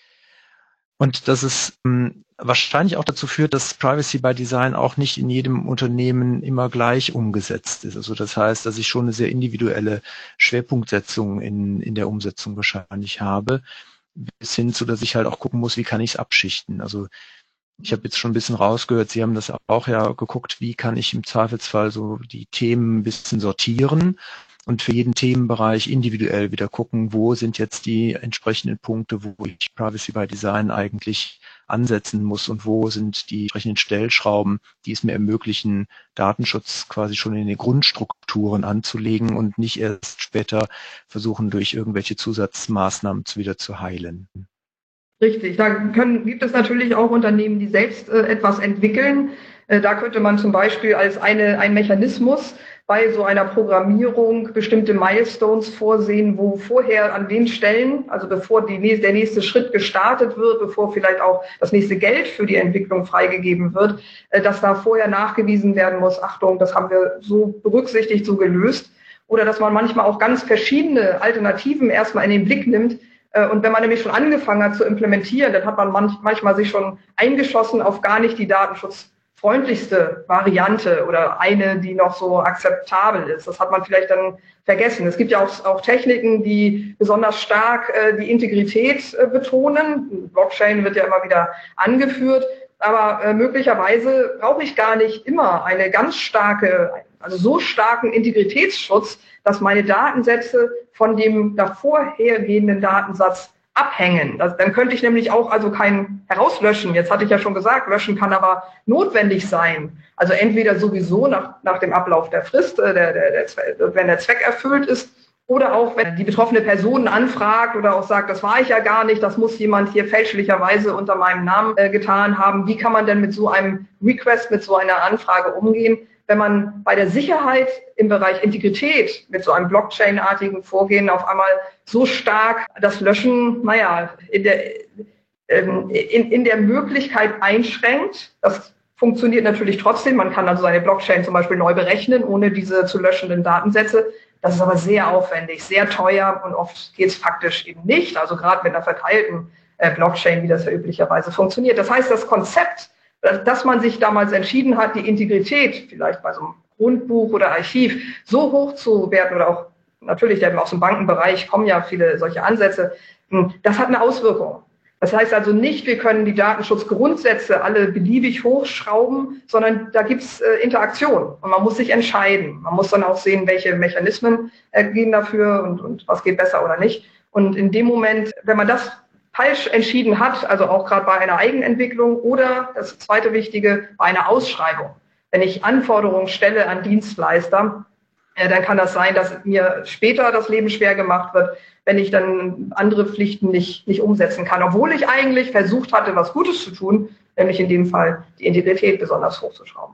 Und dass es ähm, wahrscheinlich auch dazu führt, dass Privacy by Design auch nicht in jedem Unternehmen immer gleich umgesetzt ist. Also das heißt, dass ich schon eine sehr individuelle Schwerpunktsetzung in, in der Umsetzung wahrscheinlich habe, bis hin zu, dass ich halt auch gucken muss, wie kann ich es abschichten. Also Ich habe jetzt schon ein bisschen rausgehört, Sie haben das auch ja geguckt, wie kann ich im Zweifelsfall so die Themen ein bisschen sortieren und für jeden Themenbereich individuell wieder gucken, wo sind jetzt die entsprechenden Punkte, wo ich Privacy by Design eigentlich ansetzen muss und wo sind die entsprechenden Stellschrauben, die es mir ermöglichen, Datenschutz quasi schon in den Grundstrukturen anzulegen und nicht erst später versuchen, durch irgendwelche Zusatzmaßnahmen wieder zu heilen. Richtig, da können, gibt es natürlich auch Unternehmen, die selbst äh, etwas entwickeln. Äh, da könnte man zum Beispiel als eine, ein Mechanismus bei so einer Programmierung bestimmte Milestones vorsehen, wo vorher an den Stellen, also bevor die, der nächste Schritt gestartet wird, bevor vielleicht auch das nächste Geld für die Entwicklung freigegeben wird, äh, dass da vorher nachgewiesen werden muss, Achtung, das haben wir so berücksichtigt, so gelöst. Oder dass man manchmal auch ganz verschiedene Alternativen erstmal in den Blick nimmt. Und wenn man nämlich schon angefangen hat zu implementieren, dann hat man manch, manchmal sich schon eingeschossen auf gar nicht die datenschutzfreundlichste Variante oder eine, die noch so akzeptabel ist. Das hat man vielleicht dann vergessen. Es gibt ja auch, auch Techniken, die besonders stark äh, die Integrität äh, betonen. Blockchain wird ja immer wieder angeführt. Aber äh, möglicherweise brauche ich gar nicht immer eine ganz starke, also so starken Integritätsschutz, dass meine Datensätze von dem davorhergehenden Datensatz abhängen. Also, dann könnte ich nämlich auch also keinen herauslöschen. Jetzt hatte ich ja schon gesagt, löschen kann aber notwendig sein. Also entweder sowieso nach, nach dem Ablauf der Frist, äh, der, der, der, wenn der Zweck erfüllt ist, oder auch, wenn die betroffene Person anfragt oder auch sagt, das war ich ja gar nicht, das muss jemand hier fälschlicherweise unter meinem Namen äh, getan haben. Wie kann man denn mit so einem Request, mit so einer Anfrage umgehen, wenn man bei der Sicherheit im Bereich Integrität mit so einem Blockchain-artigen Vorgehen auf einmal so stark das Löschen, naja, in der, ähm, in, in der Möglichkeit einschränkt? Das funktioniert natürlich trotzdem. Man kann also seine Blockchain zum Beispiel neu berechnen, ohne diese zu löschenden Datensätze. Das ist aber sehr aufwendig, sehr teuer und oft geht es faktisch eben nicht. Also gerade mit einer verteilten äh, Blockchain, wie das ja üblicherweise funktioniert. Das heißt, das Konzept, dass man sich damals entschieden hat, die Integrität vielleicht bei so einem Grundbuch oder Archiv so hoch zu werten oder auch natürlich aus dem Bankenbereich kommen ja viele solche Ansätze, das hat eine Auswirkung. Das heißt also nicht, wir können die Datenschutzgrundsätze alle beliebig hochschrauben, sondern da gibt's äh, Interaktion und man muss sich entscheiden. Man muss dann auch sehen, welche Mechanismen äh, gehen dafür und, und was geht besser oder nicht. Und in dem Moment, wenn man das falsch entschieden hat, also auch gerade bei einer Eigenentwicklung oder das zweite Wichtige, bei einer Ausschreibung. Wenn ich Anforderungen stelle an Dienstleister, äh, dann kann das sein, dass mir später das Leben schwer gemacht wird, wenn ich dann andere Pflichten nicht, nicht umsetzen kann, obwohl ich eigentlich versucht hatte, was Gutes zu tun, nämlich in dem Fall die Integrität besonders hochzuschrauben.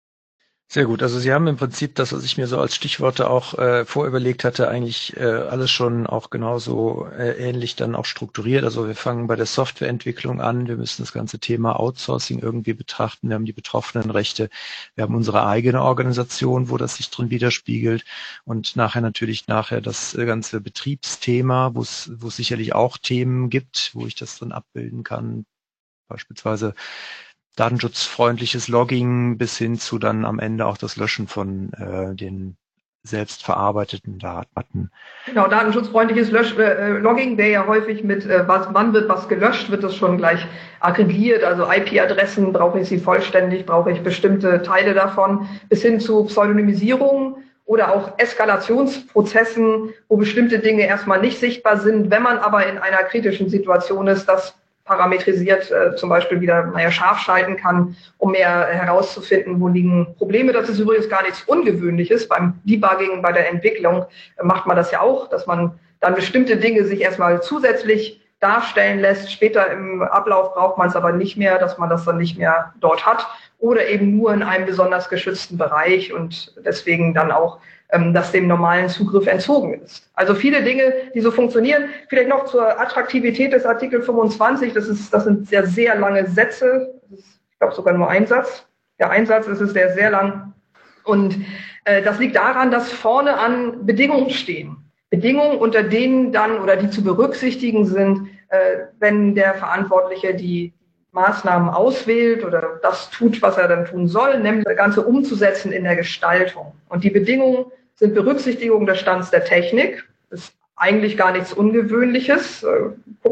Sehr gut. Also Sie haben im Prinzip das, was ich mir so als Stichworte auch äh, vorüberlegt hatte, eigentlich äh, alles schon auch genauso äh, ähnlich dann auch strukturiert. Also wir fangen bei der Softwareentwicklung an. Wir müssen das ganze Thema Outsourcing irgendwie betrachten. Wir haben die betroffenen Rechte. Wir haben unsere eigene Organisation, wo das sich drin widerspiegelt. Und nachher natürlich nachher das ganze Betriebsthema, wo es wo es sicherlich auch Themen gibt, wo ich das drin abbilden kann. Beispielsweise datenschutzfreundliches Logging bis hin zu dann am Ende auch das Löschen von äh, den selbst verarbeiteten Daten. Genau, datenschutzfreundliches Lösch äh, Logging wäre ja häufig mit, äh, was, wann wird was gelöscht, wird das schon gleich aggregiert, also I P-Adressen, brauche ich sie vollständig, brauche ich bestimmte Teile davon, bis hin zu Pseudonymisierung oder auch Eskalationsprozessen, wo bestimmte Dinge erstmal nicht sichtbar sind, wenn man aber in einer kritischen Situation ist, dass parametrisiert äh, zum Beispiel wieder naja, scharf schalten kann, um mehr herauszufinden, wo liegen Probleme. Das ist übrigens gar nichts Ungewöhnliches. Beim Debugging, bei der Entwicklung äh, macht man das ja auch, dass man dann bestimmte Dinge sich erstmal zusätzlich darstellen lässt. Später im Ablauf braucht man es aber nicht mehr, dass man das dann nicht mehr dort hat oder eben nur in einem besonders geschützten Bereich und deswegen dann auch dass dem normalen Zugriff entzogen ist. Also viele Dinge, die so funktionieren. Vielleicht noch zur Attraktivität des Artikel fünfundzwanzig. Das ist, das sind sehr, sehr lange Sätze. Das ist, ich glaube, sogar nur ein Satz. Der Einsatz ist es, der ist sehr lang. Und äh, das liegt daran, dass vorne an Bedingungen stehen. Bedingungen, unter denen dann oder die zu berücksichtigen sind, äh, wenn der Verantwortliche die Maßnahmen auswählt oder das tut, was er dann tun soll, nämlich das Ganze umzusetzen in der Gestaltung. Und die Bedingungen sind Berücksichtigung des Stands der Technik. Das ist eigentlich gar nichts Ungewöhnliches. Guckt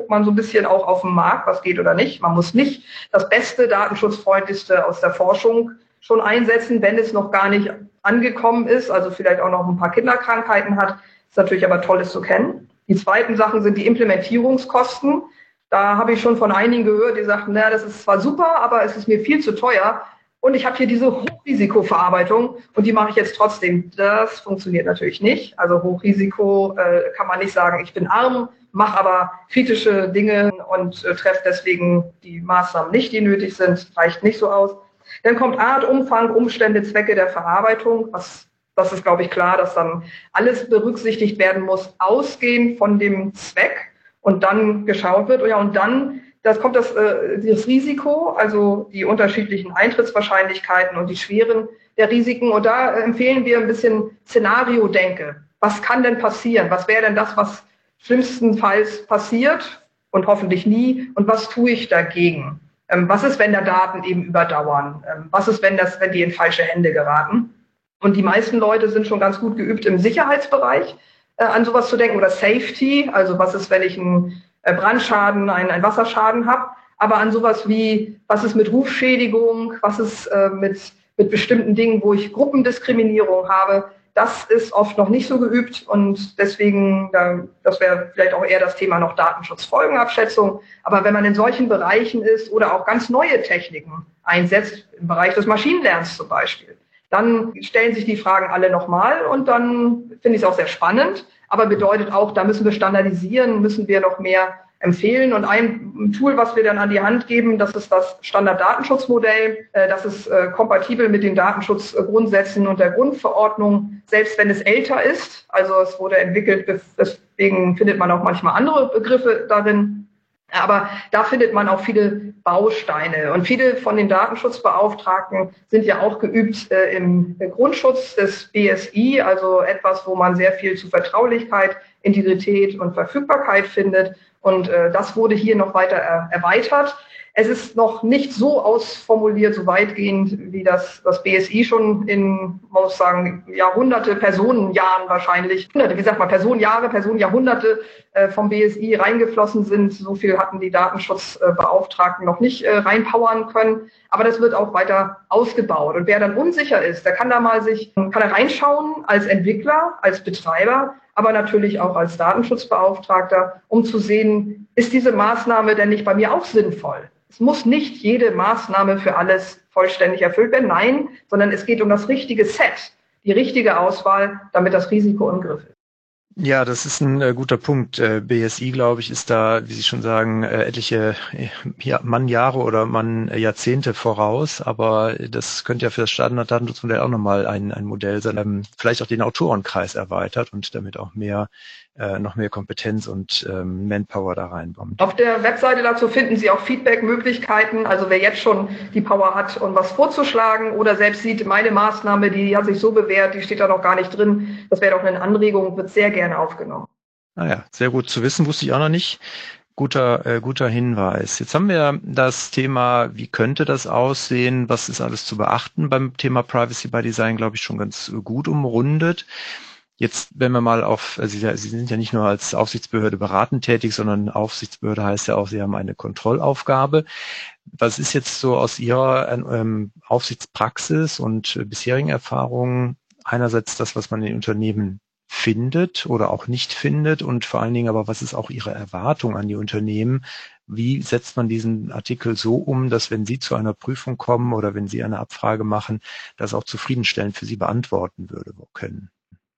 guckt man so ein bisschen auch auf den Markt, was geht oder nicht. Man muss nicht das beste, datenschutzfreundlichste aus der Forschung schon einsetzen, wenn es noch gar nicht angekommen ist, also vielleicht auch noch ein paar Kinderkrankheiten hat. Ist natürlich aber toll, es zu kennen. Die zweiten Sachen sind die Implementierungskosten. Da habe ich schon von einigen gehört, die sagten, na, das ist zwar super, aber es ist mir viel zu teuer. Und ich habe hier diese Hochrisikoverarbeitung und die mache ich jetzt trotzdem. Das funktioniert natürlich nicht. Also Hochrisiko äh, kann man nicht sagen, ich bin arm, mache aber kritische Dinge und äh, treffe deswegen die Maßnahmen nicht, die nötig sind. Reicht nicht so aus. Dann kommt Art, Umfang, Umstände, Zwecke der Verarbeitung. Was, das ist, glaube ich, klar, dass dann alles berücksichtigt werden muss, ausgehend von dem Zweck und dann geschaut wird. Ja, und dann das kommt das, äh, das Risiko, also die unterschiedlichen Eintrittswahrscheinlichkeiten und die Schweren der Risiken. Und da äh, empfehlen wir ein bisschen Szenario-Denke. Was kann denn passieren? Was wäre denn das, was schlimmstenfalls passiert und hoffentlich nie? Und was tue ich dagegen? Ähm, was ist, wenn da Daten eben überdauern? Ähm, was ist, wenn das, wenn die in falsche Hände geraten? Und die meisten Leute sind schon ganz gut geübt im Sicherheitsbereich, äh, an sowas zu denken oder Safety. Also was ist, wenn ich ein Brandschaden, einen, einen Wasserschaden habe, aber an sowas wie, was ist mit Rufschädigung, was ist äh, mit, mit bestimmten Dingen, wo ich Gruppendiskriminierung habe, das ist oft noch nicht so geübt und deswegen, äh, das wäre vielleicht auch eher das Thema noch Datenschutzfolgenabschätzung, aber wenn man in solchen Bereichen ist oder auch ganz neue Techniken einsetzt, im Bereich des Maschinenlernens zum Beispiel, dann stellen sich die Fragen alle nochmal und dann finde ich es auch sehr spannend. Aber bedeutet auch, da müssen wir standardisieren, müssen wir noch mehr empfehlen. Und ein Tool, was wir dann an die Hand geben, das ist das Standarddatenschutzmodell. Das ist kompatibel mit den Datenschutzgrundsätzen und der Grundverordnung, selbst wenn es älter ist. Also es wurde entwickelt, deswegen findet man auch manchmal andere Begriffe darin. Aber da findet man auch viele Bausteine. Und viele von den Datenschutzbeauftragten sind ja auch geübt äh, im Grundschutz des B S I, also etwas, wo man sehr viel zu Vertraulichkeit, Integrität und Verfügbarkeit findet. Und äh, das wurde hier noch weiter er erweitert. Es ist noch nicht so ausformuliert, so weitgehend, wie das, das B S I schon in, man muss sagen, Jahrhunderte, Personenjahren wahrscheinlich, wie sagt man, Personenjahre, Personenjahrhunderte äh, vom B S I reingeflossen sind. So viel hatten die Datenschutzbeauftragten noch nicht äh, reinpowern können. Aber das wird auch weiter ausgebaut. Und wer dann unsicher ist, der kann da mal sich, kann da reinschauen als Entwickler, als Betreiber, aber natürlich auch als Datenschutzbeauftragter, um zu sehen, ist diese Maßnahme denn nicht bei mir auch sinnvoll? Es muss nicht jede Maßnahme für alles vollständig erfüllt werden, nein, sondern es geht um das richtige Set, die richtige Auswahl, damit das Risiko im Griff ist. Ja, das ist ein äh, guter Punkt. Äh, B S I, glaube ich, ist da, wie Sie schon sagen, äh, etliche äh, ja, Mannjahre oder Mann äh, Jahrzehnte voraus. Aber das könnte ja für das Standarddatenschutzmodell auch nochmal ein, ein Modell sein, ähm, vielleicht auch den Autorenkreis erweitert und damit auch mehr äh, noch mehr Kompetenz und ähm, Manpower da reinbekommt. Auf der Webseite dazu finden Sie auch Feedback-Möglichkeiten. Also wer jetzt schon die Power hat, um was vorzuschlagen oder selbst sieht, meine Maßnahme, die hat sich so bewährt, die steht da noch gar nicht drin. Das wäre doch eine Anregung, wird sehr gerne aufgenommen. Ah ja, sehr gut zu wissen, wusste ich auch noch nicht. Guter, äh, guter Hinweis. Jetzt haben wir das Thema, wie könnte das aussehen, was ist alles zu beachten beim Thema Privacy by Design, glaube ich, schon ganz gut umrundet. Jetzt, wenn wir mal auf, also Sie, Sie sind ja nicht nur als Aufsichtsbehörde beratend tätig, sondern Aufsichtsbehörde heißt ja auch, Sie haben eine Kontrollaufgabe. Was ist jetzt so aus Ihrer ähm, Aufsichtspraxis und äh, bisherigen Erfahrungen einerseits das, was man in den Unternehmen findet oder auch nicht findet und vor allen Dingen aber, was ist auch Ihre Erwartung an die Unternehmen? Wie setzt man diesen Artikel so um, dass wenn Sie zu einer Prüfung kommen oder wenn Sie eine Abfrage machen, das auch zufriedenstellend für Sie beantworten würde können?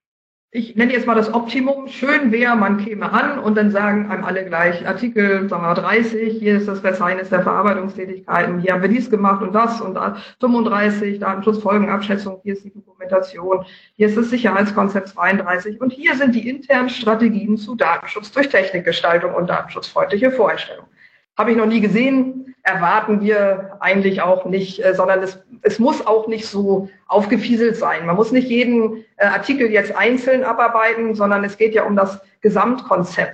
Ich nenne jetzt mal das Optimum. Schön wäre, man käme an und dann sagen einem alle gleich Artikel sagen wir dreißig, hier ist das Verzeichnis der Verarbeitungstätigkeiten, hier haben wir dies gemacht und das und fünfunddreißig, Datenschutzfolgenabschätzung, hier ist die Dokumentation, hier ist das Sicherheitskonzept zweiunddreißig und hier sind die internen Strategien zu Datenschutz durch Technikgestaltung und datenschutzfreundliche Voreinstellung. Habe ich noch nie gesehen, erwarten wir eigentlich auch nicht, äh, sondern es, es muss auch nicht so aufgefieselt sein. Man muss nicht jeden äh, Artikel jetzt einzeln abarbeiten, sondern es geht ja um das Gesamtkonzept.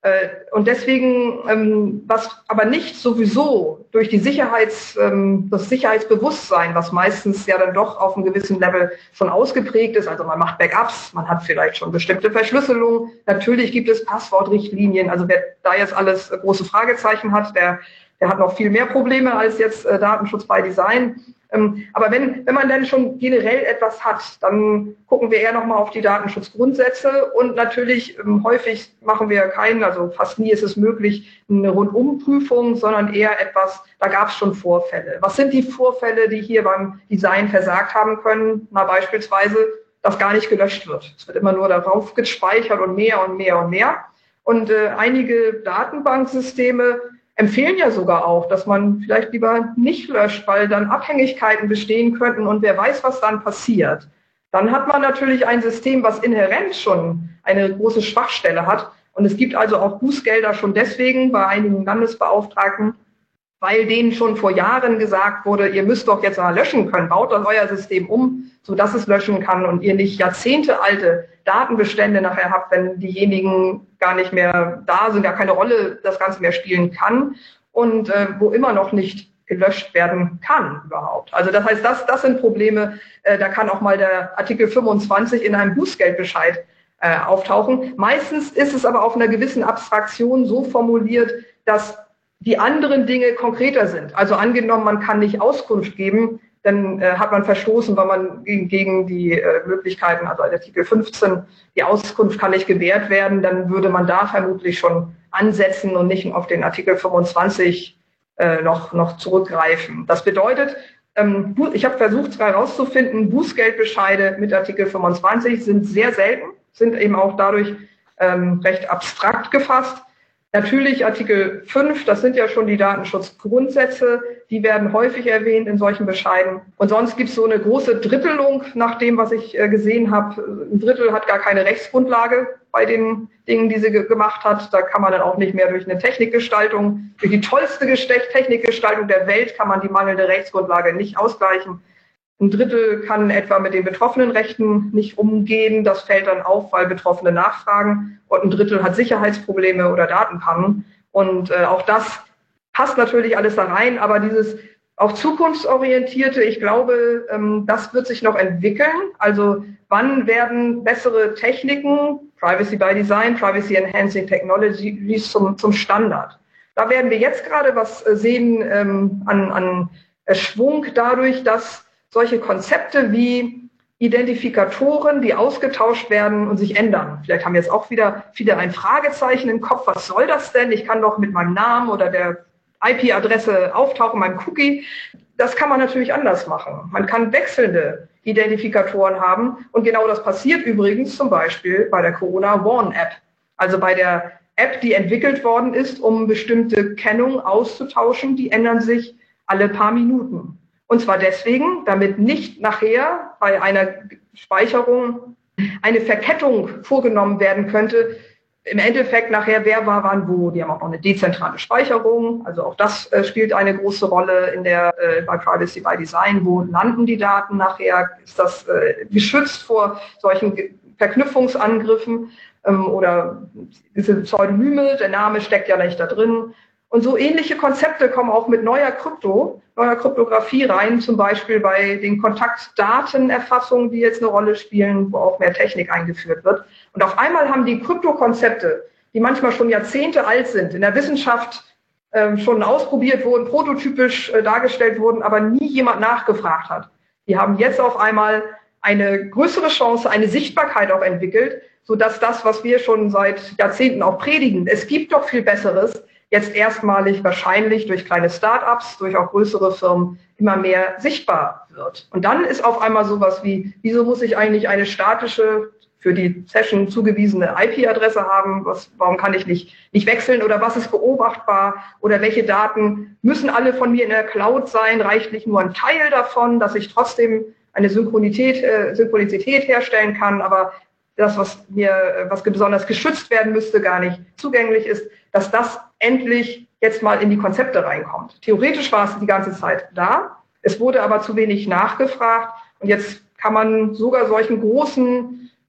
Und deswegen, was aber nicht sowieso durch die Sicherheits, das Sicherheitsbewusstsein, was meistens ja dann doch auf einem gewissen Level schon ausgeprägt ist, also man macht Backups, man hat vielleicht schon bestimmte Verschlüsselung, natürlich gibt es Passwortrichtlinien, also wer da jetzt alles große Fragezeichen hat, der, der hat noch viel mehr Probleme als jetzt Datenschutz by Design. Aber wenn, wenn man dann schon generell etwas hat, dann gucken wir eher nochmal auf die Datenschutzgrundsätze und natürlich ähm, häufig machen wir keinen, also fast nie ist es möglich, eine Rundumprüfung, sondern eher etwas, da gab es schon Vorfälle. Was sind die Vorfälle, die hier beim Design versagt haben können? Na, beispielsweise, dass gar nicht gelöscht wird. Es wird immer nur darauf gespeichert und mehr und mehr und mehr. Und äh, einige Datenbanksysteme empfehlen ja sogar auch, dass man vielleicht lieber nicht löscht, weil dann Abhängigkeiten bestehen könnten und wer weiß, was dann passiert. Dann hat man natürlich ein System, was inhärent schon eine große Schwachstelle hat. Und es gibt also auch Bußgelder schon deswegen bei einigen Landesbeauftragten, weil denen schon vor Jahren gesagt wurde, ihr müsst doch jetzt mal löschen können, baut doch euer System um, sodass es löschen kann und ihr nicht jahrzehntealte Datenbestände nachher habt, wenn diejenigen gar nicht mehr da sind, gar keine Rolle das Ganze mehr spielen kann und äh, wo immer noch nicht gelöscht werden kann überhaupt. Also das heißt, das, das sind Probleme, äh, da kann auch mal der Artikel fünfundzwanzig in einem Bußgeldbescheid äh, auftauchen. Meistens ist es aber auf einer gewissen Abstraktion so formuliert, dass die anderen Dinge konkreter sind. Also angenommen, man kann nicht Auskunft geben, dann äh, hat man verstoßen, weil man gegen, gegen die äh, Möglichkeiten, also Artikel fünfzehn, die Auskunft kann nicht gewährt werden, dann würde man da vermutlich schon ansetzen und nicht auf den Artikel fünfundzwanzig äh, noch, noch zurückgreifen. Das bedeutet, ähm, ich habe versucht herauszufinden, Bußgeldbescheide mit Artikel fünfundzwanzig sind sehr selten, sind eben auch dadurch ähm, recht abstrakt gefasst. Natürlich Artikel fünf, das sind ja schon die Datenschutzgrundsätze, die werden häufig erwähnt in solchen Bescheiden. Und sonst gibt es so eine große Drittelung nach dem, was ich gesehen habe. Ein Drittel hat gar keine Rechtsgrundlage bei den Dingen, die sie ge gemacht hat. Da kann man dann auch nicht mehr durch eine Technikgestaltung, durch die tollste Technikgestaltung der Welt kann man die mangelnde Rechtsgrundlage nicht ausgleichen. Ein Drittel kann etwa mit den betroffenen Rechten nicht umgehen. Das fällt dann auf, weil Betroffene nachfragen. Und ein Drittel hat Sicherheitsprobleme oder Datenpannen. Und äh, auch das passt natürlich alles da rein. Aber dieses auch zukunftsorientierte, ich glaube, ähm, das wird sich noch entwickeln. Also wann werden bessere Techniken, Privacy by Design, Privacy Enhancing Technologies zum, zum Standard? Da werden wir jetzt gerade was sehen ähm, an, an Schwung dadurch, dass solche Konzepte wie Identifikatoren, die ausgetauscht werden und sich ändern. Vielleicht haben jetzt auch wieder viele ein Fragezeichen im Kopf. Was soll das denn? Ich kann doch mit meinem Namen oder der I P-Adresse auftauchen, meinem Cookie. Das kann man natürlich anders machen. Man kann wechselnde Identifikatoren haben. Und genau das passiert übrigens zum Beispiel bei der Corona Warn App. Also bei der App, die entwickelt worden ist, um bestimmte Kennungen auszutauschen, die ändern sich alle paar Minuten. Und zwar deswegen, damit nicht nachher bei einer Speicherung eine Verkettung vorgenommen werden könnte. Im Endeffekt nachher, wer war wann wo. Die haben auch noch eine dezentrale Speicherung. Also auch das äh, spielt eine große Rolle in der äh, bei Privacy by Design. Wo landen die Daten nachher? Ist das äh, geschützt vor solchen Verknüpfungsangriffen ähm, oder diese Pseudonyme? Der Name steckt ja nicht da drin. Und so ähnliche Konzepte kommen auch mit neuer Krypto, neuer Kryptographie rein, zum Beispiel bei den Kontaktdatenerfassungen, die jetzt eine Rolle spielen, wo auch mehr Technik eingeführt wird. Und auf einmal haben die Kryptokonzepte, die manchmal schon Jahrzehnte alt sind, in der Wissenschaft äh, schon ausprobiert wurden, prototypisch äh, dargestellt wurden, aber nie jemand nachgefragt hat. Die haben jetzt auf einmal eine größere Chance, eine Sichtbarkeit auch entwickelt, sodass das, was wir schon seit Jahrzehnten auch predigen, es gibt doch viel Besseres, jetzt erstmalig wahrscheinlich durch kleine Start-ups, durch auch größere Firmen immer mehr sichtbar wird. Und dann ist auf einmal sowas wie, wieso muss ich eigentlich eine statische, für die Session zugewiesene I P-Adresse haben? Was, warum kann ich nicht, nicht wechseln? Oder was ist beobachtbar? Oder welche Daten müssen alle von mir in der Cloud sein? Reicht nicht nur ein Teil davon, dass ich trotzdem eine Synchronität, äh, Synchronizität herstellen kann, aber das, was mir, was besonders geschützt werden müsste, gar nicht zugänglich ist, dass das endlich jetzt mal in die Konzepte reinkommt. Theoretisch war es die ganze Zeit da, es wurde aber zu wenig nachgefragt und jetzt kann man sogar solchen großen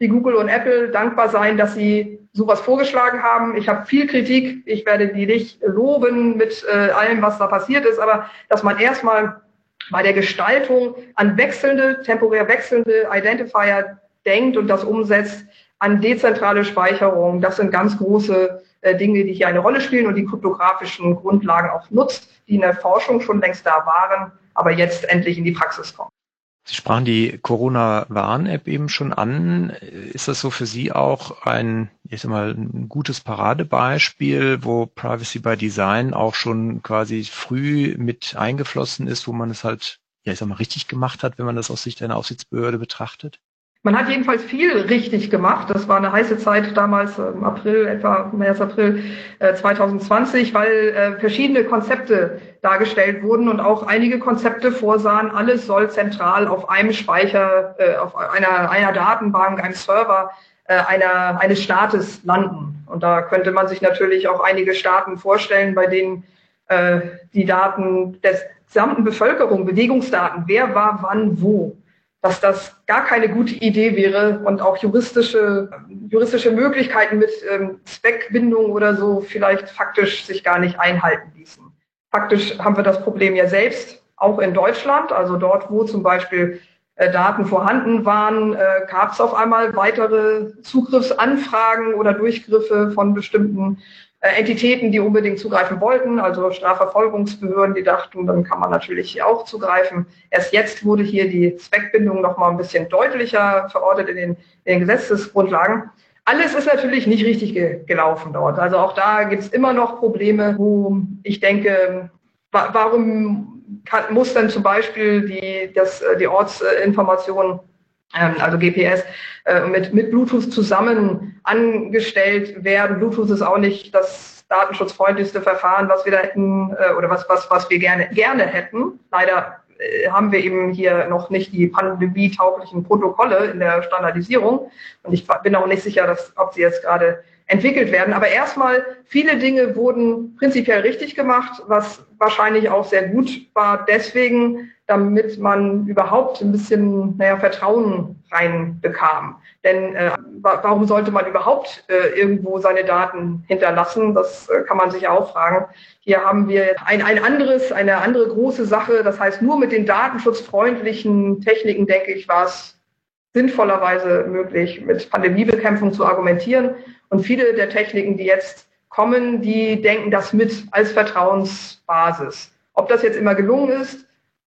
wie Google und Apple dankbar sein, dass sie sowas vorgeschlagen haben. Ich habe viel Kritik, ich werde die nicht loben mit äh, allem, was da passiert ist, aber dass man erstmal bei der Gestaltung an wechselnde, temporär wechselnde Identifier denkt und das umsetzt, an dezentrale Speicherung, das sind ganz große äh, Dinge, die hier eine Rolle spielen und die kryptografischen Grundlagen auch nutzt, die in der Forschung schon längst da waren, aber jetzt endlich in die Praxis kommen. Sie sprachen die Corona-Warn-App eben schon an. Ist das so für Sie auch ein, ich sag mal, ein gutes Paradebeispiel, wo Privacy by Design auch schon quasi früh mit eingeflossen ist, wo man es halt, ja, ich sag mal, richtig gemacht hat, wenn man das aus Sicht einer Aufsichtsbehörde betrachtet? Man hat jedenfalls viel richtig gemacht. Das war eine heiße Zeit damals im April, etwa März, April äh, zwanzig zwanzig, weil äh, verschiedene Konzepte dargestellt wurden und auch einige Konzepte vorsahen, alles soll zentral auf einem Speicher, äh, auf einer, einer Datenbank, einem Server äh, einer, eines Staates landen. Und da könnte man sich natürlich auch einige Staaten vorstellen, bei denen äh, die Daten der gesamten Bevölkerung, Bewegungsdaten, wer war wann wo, dass das gar keine gute Idee wäre und auch juristische, juristische Möglichkeiten mit ähm, Zweckbindung oder so vielleicht faktisch sich gar nicht einhalten ließen. Faktisch haben wir das Problem ja selbst, auch in Deutschland, also dort, wo zum Beispiel äh, Daten vorhanden waren, äh, gab es auf einmal weitere Zugriffsanfragen oder Durchgriffe von bestimmten äh, Entitäten, die unbedingt zugreifen wollten, also Strafverfolgungsbehörden, die dachten, dann kann man natürlich hier auch zugreifen. Erst jetzt wurde hier die Zweckbindung noch mal ein bisschen deutlicher verortet in den, in den Gesetzesgrundlagen. Alles ist natürlich nicht richtig ge- gelaufen dort. Also auch da gibt es immer noch Probleme, wo ich denke, wa- warum kann, muss dann zum Beispiel die, das, die Ortsinformation, ähm, also G P S, äh, mit, mit Bluetooth zusammen angestellt werden. Bluetooth ist auch nicht das datenschutzfreundlichste Verfahren, was wir da hätten, äh, oder was, was, was wir gerne, gerne hätten. Leider haben wir eben hier noch nicht die pandemietauglichen Protokolle in der Standardisierung. Und ich bin auch nicht sicher, dass, ob sie jetzt gerade entwickelt werden. Aber erstmal, viele Dinge wurden prinzipiell richtig gemacht, was wahrscheinlich auch sehr gut war. Deswegen, damit man überhaupt ein bisschen, naja, Vertrauen reinbekam. Denn äh, warum sollte man überhaupt äh, irgendwo seine Daten hinterlassen? Das äh, kann man sich auch fragen. Hier haben wir ein, ein anderes, eine andere große Sache. Das heißt, nur mit den datenschutzfreundlichen Techniken, denke ich, war es sinnvollerweise möglich, mit Pandemiebekämpfung zu argumentieren. Und viele der Techniken, die jetzt kommen, die denken das mit als Vertrauensbasis. Ob das jetzt immer gelungen ist,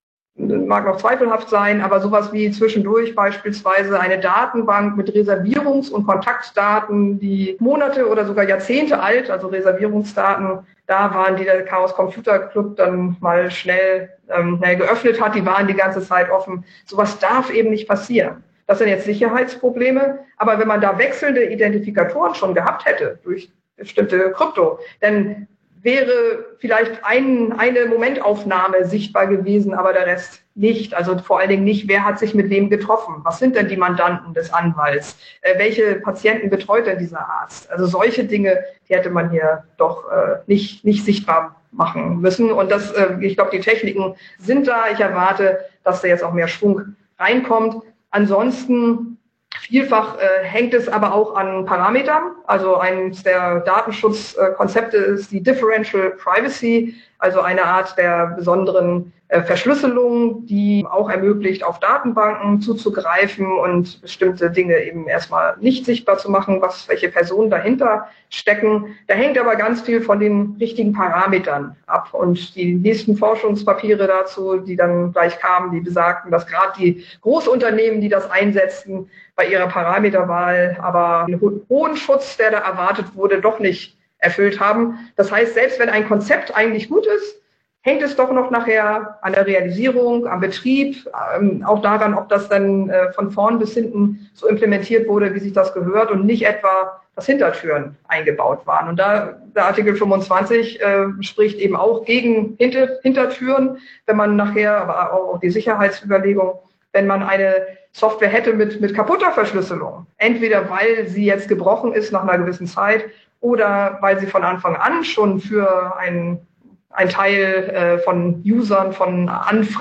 mag noch zweifelhaft sein, aber sowas wie zwischendurch beispielsweise eine Datenbank mit Reservierungs- und Kontaktdaten, die Monate oder sogar Jahrzehnte alt, also Reservierungsdaten, da waren, die der Chaos Computer Club dann mal schnell, ähm, schnell geöffnet hat, die waren die ganze Zeit offen. Sowas darf eben nicht passieren. Das sind jetzt Sicherheitsprobleme, aber wenn man da wechselnde Identifikatoren schon gehabt hätte durch bestimmte Krypto, dann wäre vielleicht ein, eine Momentaufnahme sichtbar gewesen, aber der Rest nicht. Also vor allen Dingen nicht, wer hat sich mit wem getroffen? Was sind denn die Mandanten des Anwalts? Äh, welche Patienten betreut denn dieser Arzt? Also solche Dinge, die hätte man hier doch äh, nicht, nicht sichtbar machen müssen. Und das, äh, ich glaube, die Techniken sind da. Ich erwarte, dass da jetzt auch mehr Schwung reinkommt. Ansonsten vielfach äh, hängt es aber auch an Parametern. Also eines der Datenschutzkonzepte äh, ist die Differential Privacy, also eine Art der besonderen äh, Verschlüsselung, die auch ermöglicht, auf Datenbanken zuzugreifen und bestimmte Dinge eben erstmal nicht sichtbar zu machen, was welche Personen dahinter stecken. Da hängt aber ganz viel von den richtigen Parametern ab. Und die nächsten Forschungspapiere dazu, die dann gleich kamen, die besagten, dass gerade die Großunternehmen, die das einsetzten, bei ihrer Parameterwahl aber einen hohen Schutz, der da erwartet wurde, doch nicht erfüllt haben. Das heißt, selbst wenn ein Konzept eigentlich gut ist, hängt es doch noch nachher an der Realisierung, am Betrieb, ähm, auch daran, ob das dann äh, von vorn bis hinten so implementiert wurde, wie sich das gehört und nicht etwa, dass Hintertüren eingebaut waren. Und da der Artikel fünfundzwanzig äh, spricht eben auch gegen Hinter, Hintertüren, wenn man nachher, aber auch die Sicherheitsüberlegung, wenn man eine Software hätte mit, mit kaputter Verschlüsselung, entweder weil sie jetzt gebrochen ist nach einer gewissen Zeit oder weil sie von Anfang an schon für einen ein Teil äh, von Usern, von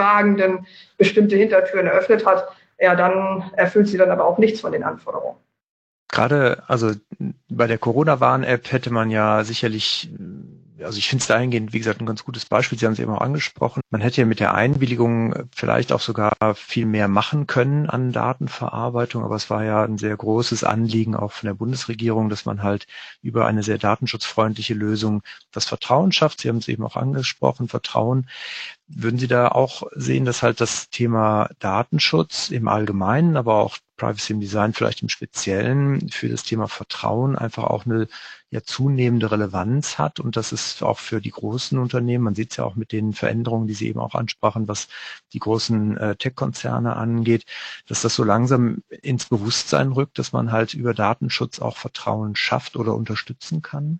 Anfragenden bestimmte Hintertüren eröffnet hat, ja, dann erfüllt sie dann aber auch nichts von den Anforderungen. Gerade, also bei der Corona-Warn-App hätte man ja sicherlich, also ich finde es dahingehend, wie gesagt, ein ganz gutes Beispiel. Sie haben es eben auch angesprochen. Man hätte ja mit der Einwilligung vielleicht auch sogar viel mehr machen können an Datenverarbeitung. Aber es war ja ein sehr großes Anliegen auch von der Bundesregierung, dass man halt über eine sehr datenschutzfreundliche Lösung das Vertrauen schafft. Sie haben es eben auch angesprochen, Vertrauen. Würden Sie da auch sehen, dass halt das Thema Datenschutz im Allgemeinen, aber auch Privacy im Design vielleicht im Speziellen für das Thema Vertrauen einfach auch eine ja zunehmende Relevanz hat und dass es auch für die großen Unternehmen, man sieht es ja auch mit den Veränderungen, die Sie eben auch ansprachen, was die großen äh, Tech-Konzerne angeht, dass das so langsam ins Bewusstsein rückt, dass man halt über Datenschutz auch Vertrauen schafft oder unterstützen kann?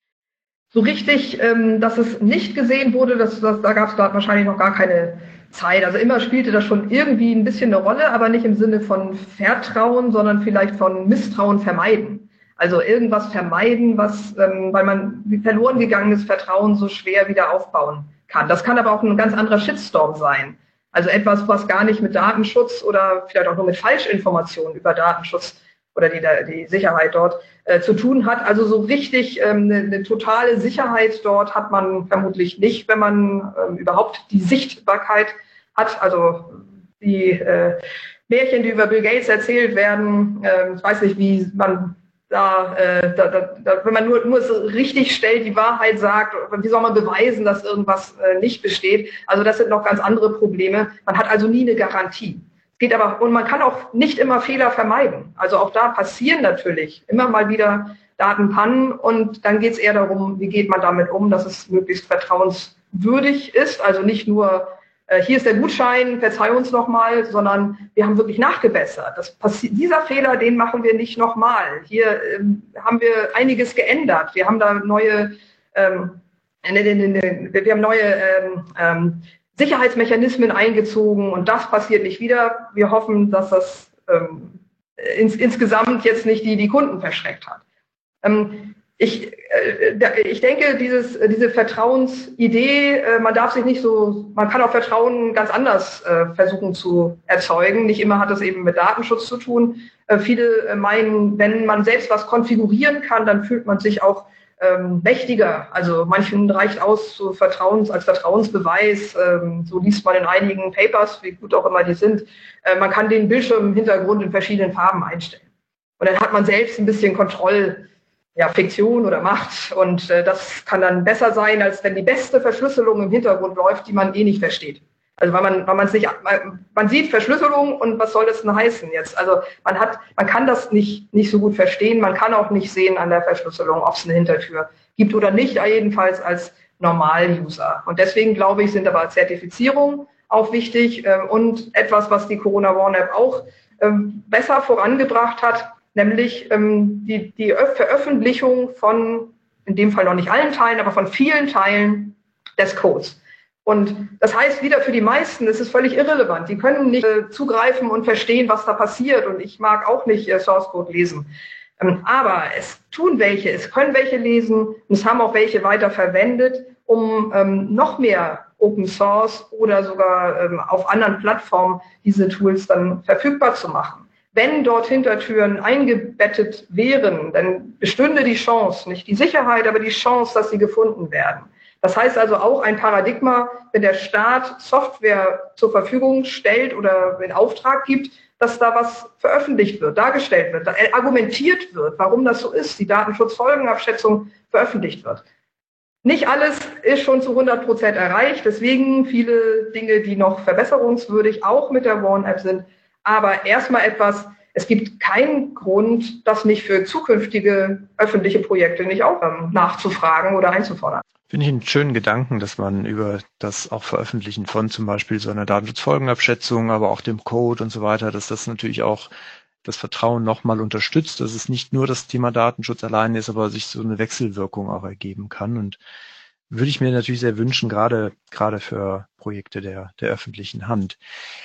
So richtig, ähm, dass es nicht gesehen wurde, das, das, da gab es wahrscheinlich noch gar keine Zeit. Also immer spielte das schon irgendwie ein bisschen eine Rolle, aber nicht im Sinne von Vertrauen, sondern vielleicht von Misstrauen vermeiden. Also irgendwas vermeiden, was, ähm, weil man verloren gegangenes Vertrauen so schwer wieder aufbauen kann. Das kann aber auch ein ganz anderer Shitstorm sein. Also etwas, was gar nicht mit Datenschutz oder vielleicht auch nur mit Falschinformationen über Datenschutz oder die, die Sicherheit dort äh, zu tun hat. Also so richtig ähm, eine, eine totale Sicherheit dort hat man vermutlich nicht, wenn man ähm, überhaupt die Sichtbarkeit hat. Also die äh, Märchen, die über Bill Gates erzählt werden, äh, ich weiß nicht, wie man da, äh, da, da, da wenn man nur, nur so richtig stellt, die Wahrheit sagt, wie soll man beweisen, dass irgendwas äh, nicht besteht? Also das sind noch ganz andere Probleme. Man hat also nie eine Garantie. Geht aber, und man kann auch nicht immer Fehler vermeiden. Also auch da passieren natürlich immer mal wieder Datenpannen und dann geht es eher darum, wie geht man damit um, dass es möglichst vertrauenswürdig ist. Also nicht nur, äh, hier ist der Gutschein, verzeih uns nochmal, sondern wir haben wirklich nachgebessert. Das passi- dieser Fehler, den machen wir nicht nochmal. Hier ähm, haben wir einiges geändert. Wir haben da neue, ähm, ne, ne, ne, wir haben neue ähm, ähm, Sicherheitsmechanismen eingezogen und das passiert nicht wieder. Wir hoffen, dass das ähm, ins, insgesamt jetzt nicht die, die Kunden verschreckt hat. Ähm, ich, äh, ich denke, dieses, diese Vertrauensidee, äh, man darf sich nicht so, man kann auch Vertrauen ganz anders äh, versuchen zu erzeugen. Nicht immer hat es eben mit Datenschutz zu tun. Äh, viele äh, meinen, wenn man selbst was konfigurieren kann, dann fühlt man sich auch Ähm, mächtiger. Also manchen reicht aus so Vertrauens, als Vertrauensbeweis. Ähm, so liest man in einigen Papers, wie gut auch immer die sind. Äh, man kann den Bildschirmhintergrund in verschiedenen Farben einstellen. Und dann hat man selbst ein bisschen Kontroll, ja, Fiktion oder Macht. Und äh, das kann dann besser sein, als wenn die beste Verschlüsselung im Hintergrund läuft, die man eh nicht versteht. Also weil man, weil man es nicht, man sieht Verschlüsselung und was soll das denn heißen jetzt? Also man hat, man kann das nicht, nicht so gut verstehen. Man kann auch nicht sehen an der Verschlüsselung, ob es eine Hintertür gibt oder nicht, jedenfalls als Normal-User. Und deswegen glaube ich, sind aber Zertifizierungen auch wichtig äh, und etwas, was die Corona-Warn-App auch ähm, besser vorangebracht hat, nämlich ähm, die, die Veröffentlichung von, in dem Fall noch nicht allen Teilen, aber von vielen Teilen des Codes. Und das heißt wieder für die meisten, es ist völlig irrelevant. Die können nicht äh, zugreifen und verstehen, was da passiert. Und ich mag auch nicht äh, Source Code lesen. Ähm, aber es tun welche, es können welche lesen und es haben auch welche weiter verwendet, um ähm, noch mehr Open Source oder sogar ähm, auf anderen Plattformen diese Tools dann verfügbar zu machen. Wenn dort Hintertüren eingebettet wären, dann bestünde die Chance, nicht die Sicherheit, aber die Chance, dass sie gefunden werden. Das heißt also auch ein Paradigma, wenn der Staat Software zur Verfügung stellt oder in Auftrag gibt, dass da was veröffentlicht wird, dargestellt wird, argumentiert wird, warum das so ist, die Datenschutzfolgenabschätzung veröffentlicht wird. Nicht alles ist schon zu hundert Prozent erreicht, deswegen viele Dinge, die noch verbesserungswürdig auch mit der Warn-App sind, aber erstmal etwas, es gibt keinen Grund, das nicht für zukünftige öffentliche Projekte nicht auch ähm, nachzufragen oder einzufordern. Finde ich einen schönen Gedanken, dass man über das auch Veröffentlichen von zum Beispiel so einer Datenschutzfolgenabschätzung, aber auch dem Code und so weiter, dass das natürlich auch das Vertrauen nochmal unterstützt, dass es nicht nur das Thema Datenschutz allein ist, aber sich so eine Wechselwirkung auch ergeben kann. Und würde ich mir natürlich sehr wünschen, gerade gerade für Projekte der der öffentlichen Hand.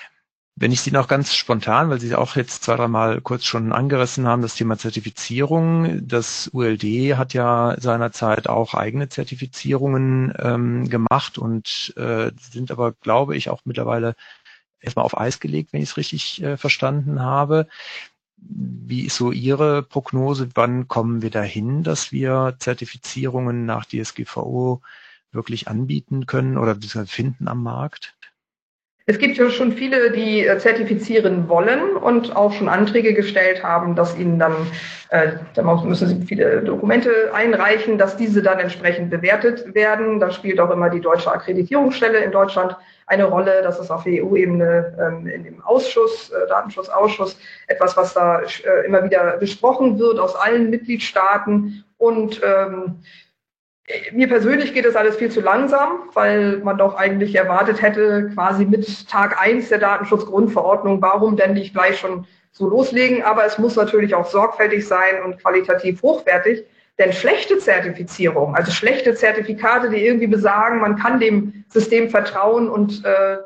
Wenn ich Sie noch ganz spontan, weil Sie auch jetzt zwei, dreimal kurz schon angerissen haben, das Thema Zertifizierung. Das U L D hat ja seinerzeit auch eigene Zertifizierungen ähm, gemacht und äh, sind aber, glaube ich, auch mittlerweile erstmal auf Eis gelegt, wenn ich es richtig äh, verstanden habe. Wie ist so Ihre Prognose? Wann kommen wir dahin, dass wir Zertifizierungen nach D S G V O wirklich anbieten können oder finden am Markt? Es gibt ja schon viele, die äh, zertifizieren wollen und auch schon Anträge gestellt haben, dass ihnen dann, äh, da müssen sie viele Dokumente einreichen, dass diese dann entsprechend bewertet werden. Da spielt auch immer die deutsche Akkreditierungsstelle in Deutschland eine Rolle. Das ist auf E U-Ebene ähm, in dem Ausschuss, äh, Datenschutzausschuss, etwas, was da äh, immer wieder besprochen wird aus allen Mitgliedstaaten. Und ähm, mir persönlich geht das alles viel zu langsam, weil man doch eigentlich erwartet hätte, quasi mit Tag eins der Datenschutzgrundverordnung, warum denn nicht gleich schon so loslegen? Aber es muss natürlich auch sorgfältig sein und qualitativ hochwertig, denn schlechte Zertifizierung, also schlechte Zertifikate, die irgendwie besagen, man kann dem System vertrauen und äh,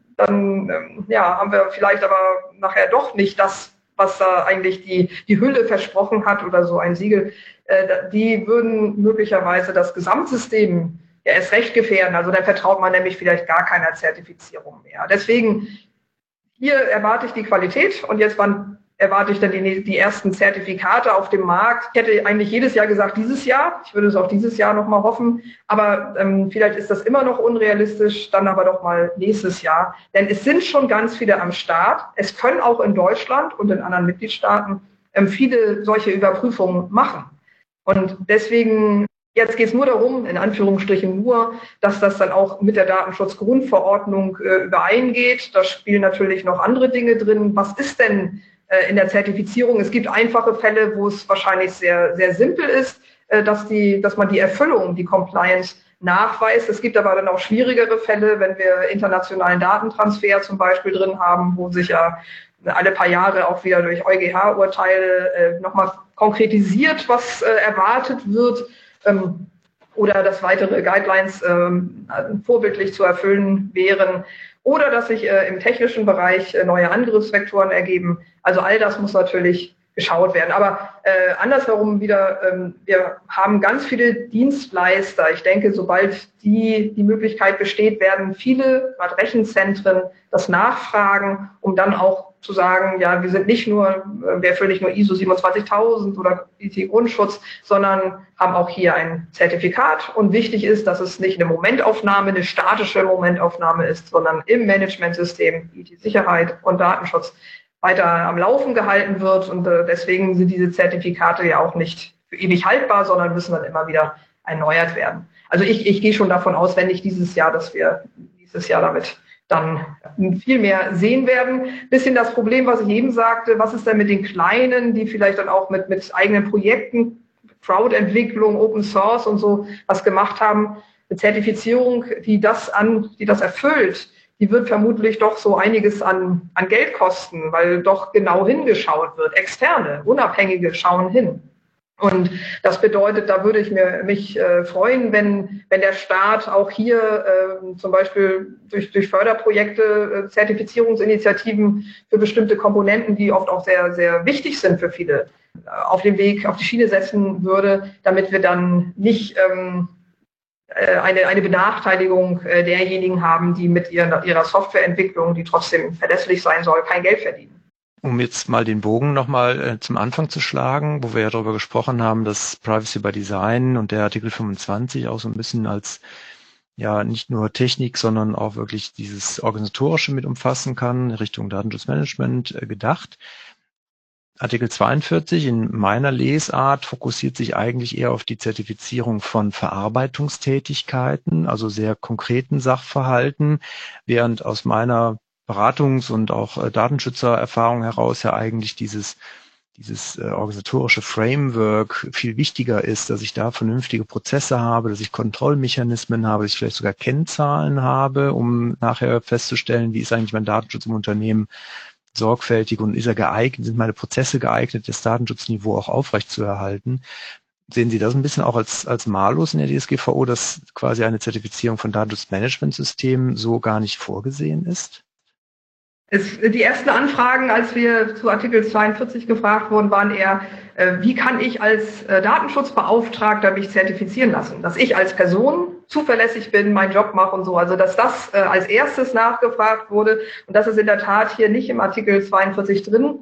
dann ähm, ja, haben wir vielleicht aber nachher doch nicht das, was da eigentlich die, die Hülle versprochen hat oder so ein Siegel, äh, die würden möglicherweise das Gesamtsystem ja erst recht gefährden. Also dann vertraut man nämlich vielleicht gar keiner Zertifizierung mehr. Deswegen, hier erwarte ich die Qualität und jetzt wann erwarte ich dann die, die ersten Zertifikate auf dem Markt. Ich hätte eigentlich jedes Jahr gesagt, dieses Jahr. Ich würde es auch dieses Jahr noch mal hoffen. Aber ähm, vielleicht ist das immer noch unrealistisch, dann aber doch mal nächstes Jahr. Denn es sind schon ganz viele am Start. Es können auch in Deutschland und in anderen Mitgliedstaaten ähm, viele solche Überprüfungen machen. Und deswegen, jetzt geht es nur darum, in Anführungsstrichen nur, dass das dann auch mit der Datenschutzgrundverordnung äh, übereingeht. Da spielen natürlich noch andere Dinge drin. Was ist denn in der Zertifizierung? Es gibt einfache Fälle, wo es wahrscheinlich sehr, sehr simpel ist, dass die, dass man die Erfüllung, die Compliance nachweist. Es gibt aber dann auch schwierigere Fälle, wenn wir internationalen Datentransfer zum Beispiel drin haben, wo sich ja alle paar Jahre auch wieder durch EuGH-Urteile äh, nochmal konkretisiert, was äh, erwartet wird, ähm, oder dass weitere Guidelines ähm, vorbildlich zu erfüllen wären. Oder dass sich äh, im technischen Bereich äh, neue Angriffsvektoren ergeben. Also all das muss natürlich geschaut werden. Aber äh, andersherum wieder, ähm, wir haben ganz viele Dienstleister. Ich denke, sobald die die Möglichkeit besteht, werden viele, gerade Rechenzentren, das nachfragen, um dann auch zu sagen, ja, wir sind nicht nur, äh, wir erfüllen nicht nur I S O siebenundzwanzigtausend oder I T-Grundschutz, sondern haben auch hier ein Zertifikat. Und wichtig ist, dass es nicht eine Momentaufnahme, eine statische Momentaufnahme ist, sondern im Managementsystem I T-Sicherheit und Datenschutz weiter am Laufen gehalten wird. Und äh, deswegen sind diese Zertifikate ja auch nicht für ewig haltbar, sondern müssen dann immer wieder erneuert werden. Also ich, ich gehe schon davon aus, wenn nicht dieses Jahr, dass wir dieses Jahr damit dann viel mehr sehen werden. Bisschen das Problem, was ich eben sagte, was ist denn mit den Kleinen, die vielleicht dann auch mit, mit eigenen Projekten, Crowd-Entwicklung, Open Source und so was gemacht haben. Eine Zertifizierung, die das an, die das erfüllt, die wird vermutlich doch so einiges an, an Geld kosten, weil doch genau hingeschaut wird. Externe, Unabhängige schauen hin. Und das bedeutet, da würde ich mir, mich äh, freuen, wenn, wenn der Staat auch hier äh, zum Beispiel durch, durch Förderprojekte, äh, Zertifizierungsinitiativen für bestimmte Komponenten, die oft auch sehr, sehr wichtig sind für viele, äh, auf den Weg, auf die Schiene setzen würde, damit wir dann nicht ähm, äh, eine, eine Benachteiligung äh, derjenigen haben, die mit ihrer, ihrer Softwareentwicklung, die trotzdem verlässlich sein soll, kein Geld verdienen. Um jetzt mal den Bogen nochmal äh, zum Anfang zu schlagen, wo wir ja darüber gesprochen haben, dass Privacy by Design und der Artikel fünfundzwanzig auch so ein bisschen als ja nicht nur Technik, sondern auch wirklich dieses Organisatorische mit umfassen kann, Richtung Datenschutzmanagement äh, gedacht. Artikel zweiundvierzig in meiner Lesart fokussiert sich eigentlich eher auf die Zertifizierung von Verarbeitungstätigkeiten, also sehr konkreten Sachverhalten, während aus meiner Beratungs- und auch äh, Datenschützererfahrung heraus ja eigentlich dieses dieses äh, organisatorische Framework viel wichtiger ist, dass ich da vernünftige Prozesse habe, dass ich Kontrollmechanismen habe, dass ich vielleicht sogar Kennzahlen habe, um nachher festzustellen, wie ist eigentlich mein Datenschutz im Unternehmen sorgfältig und ist er geeignet, sind meine Prozesse geeignet, das Datenschutzniveau auch aufrechtzuerhalten. Sehen Sie das ein bisschen auch als, als Malus in der D S G V O, dass quasi eine Zertifizierung von Datenschutzmanagementsystemen so gar nicht vorgesehen ist? Es, die ersten Anfragen, als wir zu Artikel zweiundvierzig gefragt wurden, waren eher, äh, wie kann ich als äh, Datenschutzbeauftragter mich zertifizieren lassen? Dass ich als Person zuverlässig bin, meinen Job mache und so. Also dass das äh, als erstes nachgefragt wurde. Und das ist in der Tat hier nicht im Artikel zweiundvierzig drin.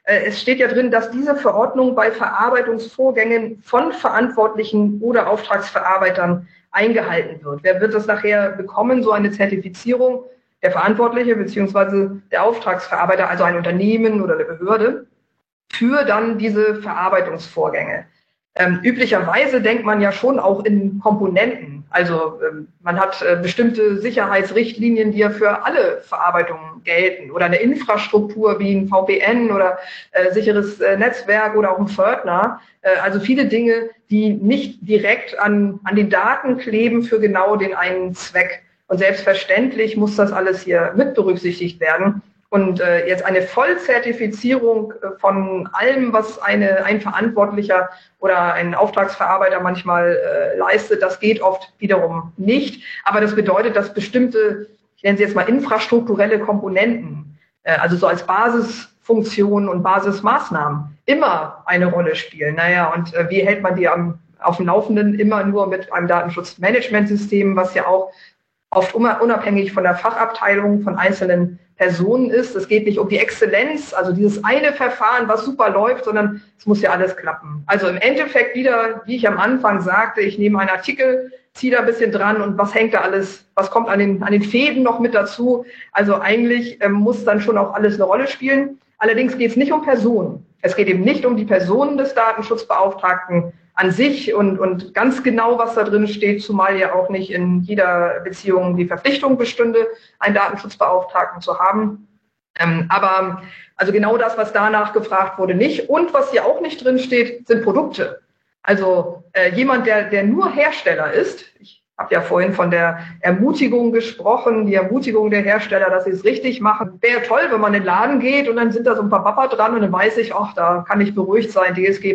Es steht ja drin, dass diese Verordnung bei Verarbeitungsvorgängen von Verantwortlichen oder Auftragsverarbeitern eingehalten wird. Wer wird das nachher bekommen, so eine Zertifizierung? Der Verantwortliche bzw. der Auftragsverarbeiter, also ein Unternehmen oder eine Behörde, für dann diese Verarbeitungsvorgänge. Ähm, üblicherweise denkt man ja schon auch in Komponenten. Also ähm, man hat äh, bestimmte Sicherheitsrichtlinien, die ja für alle Verarbeitungen gelten. Oder eine Infrastruktur wie ein V P N oder äh, sicheres äh, Netzwerk oder auch ein Pförtner. Äh, also viele Dinge, die nicht direkt an, an den Daten kleben für genau den einen Zweck. Und selbstverständlich muss das alles hier mit berücksichtigt werden. Und äh, jetzt eine Vollzertifizierung von allem, was eine, ein Verantwortlicher oder ein Auftragsverarbeiter manchmal äh, leistet, das geht oft wiederum nicht. Aber das bedeutet, dass bestimmte, ich nenne sie jetzt mal infrastrukturelle Komponenten, äh, also so als Basisfunktionen und Basismaßnahmen, immer eine Rolle spielen. Naja, und äh, wie hält man die am, auf dem Laufenden? Immer nur mit einem Datenschutzmanagementsystem, was ja auch oft unabhängig von der Fachabteilung, von einzelnen Personen ist. Es geht nicht um die Exzellenz, also dieses eine Verfahren, was super läuft, sondern es muss ja alles klappen. Also im Endeffekt wieder, wie ich am Anfang sagte, ich nehme einen Artikel, ziehe da ein bisschen dran und was hängt da alles, was kommt an den, an den Fäden noch mit dazu. Also eigentlich ähm, muss dann schon auch alles eine Rolle spielen. Allerdings geht es nicht um Personen. Es geht eben nicht um die Personen des Datenschutzbeauftragten an sich und, und ganz genau, was da drin steht, zumal ja auch nicht in jeder Beziehung die Verpflichtung bestünde, einen Datenschutzbeauftragten zu haben. Ähm, aber also genau das, was danach gefragt wurde, nicht. Und was hier auch nicht drin steht, sind Produkte. Also äh, jemand, der, der nur Hersteller ist, ich habe ja vorhin von der Ermutigung gesprochen, die Ermutigung der Hersteller, dass sie es richtig machen. Wäre toll, wenn man in den Laden geht und dann sind da so ein paar Papa dran und dann weiß ich, ach, da kann ich beruhigt sein, D S G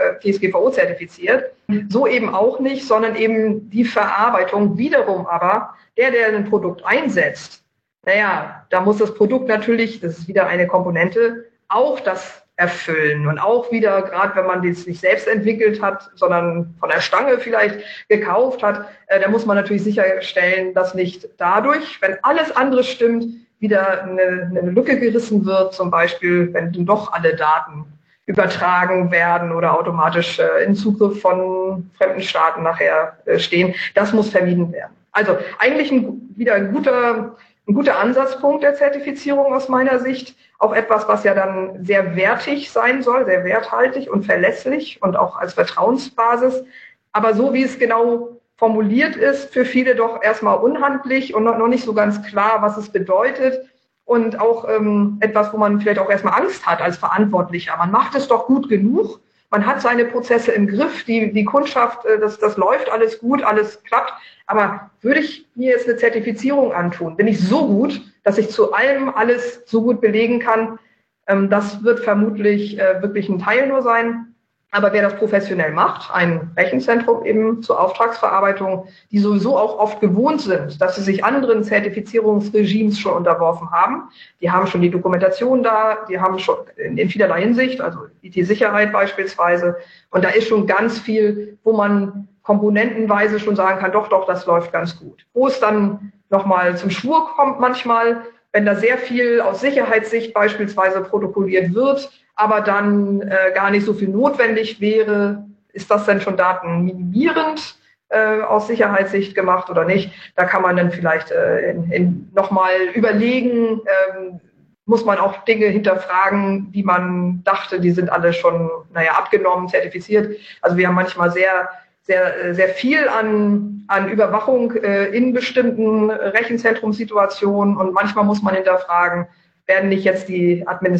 V O zertifiziert. So eben auch nicht, sondern eben die Verarbeitung wiederum aber, der, der ein Produkt einsetzt, naja, da muss das Produkt natürlich, das ist wieder eine Komponente, auch das erfüllen und auch wieder, gerade wenn man das nicht selbst entwickelt hat, sondern von der Stange vielleicht gekauft hat, äh, da muss man natürlich sicherstellen, dass nicht dadurch, wenn alles andere stimmt, wieder eine, eine Lücke gerissen wird, zum Beispiel, wenn dann doch alle Daten übertragen werden oder automatisch äh, in Zugriff von fremden Staaten nachher äh, stehen. Das muss vermieden werden. Also eigentlich ein, wieder ein guter Ein guter Ansatzpunkt der Zertifizierung aus meiner Sicht, auch etwas, was ja dann sehr wertig sein soll, sehr werthaltig und verlässlich und auch als Vertrauensbasis. Aber so wie es genau formuliert ist, für viele doch erstmal unhandlich und noch nicht so ganz klar, was es bedeutet. Und auch ähm, etwas, wo man vielleicht auch erstmal Angst hat als Verantwortlicher. Man macht es doch gut genug. Man hat seine Prozesse im Griff, die, die Kundschaft, das, das läuft alles gut, alles klappt. Aber würde ich mir jetzt eine Zertifizierung antun, bin ich so gut, dass ich zu allem alles so gut belegen kann, ähm, das wird vermutlich äh, wirklich ein Teil nur sein. Aber wer das professionell macht, ein Rechenzentrum eben zur Auftragsverarbeitung, die sowieso auch oft gewohnt sind, dass sie sich anderen Zertifizierungsregimes schon unterworfen haben. Die haben schon die Dokumentation da, die haben schon in, in vielerlei Hinsicht, also I T-Sicherheit beispielsweise. Und da ist schon ganz viel, wo man komponentenweise schon sagen kann, doch, doch, das läuft ganz gut. Wo es dann nochmal zum Schwur kommt manchmal, wenn da sehr viel aus Sicherheitssicht beispielsweise protokolliert wird, aber dann äh, gar nicht so viel notwendig wäre, ist das denn schon datenminimierend äh, aus Sicherheitssicht gemacht oder nicht? Da kann man dann vielleicht äh, in, in nochmal überlegen, ähm, muss man auch Dinge hinterfragen, die man dachte, die sind alle schon, naja, abgenommen, zertifiziert. Also wir haben manchmal sehr sehr, sehr viel an, an Überwachung äh, in bestimmten Rechenzentrumssituationen und manchmal muss man hinterfragen, werden nicht jetzt die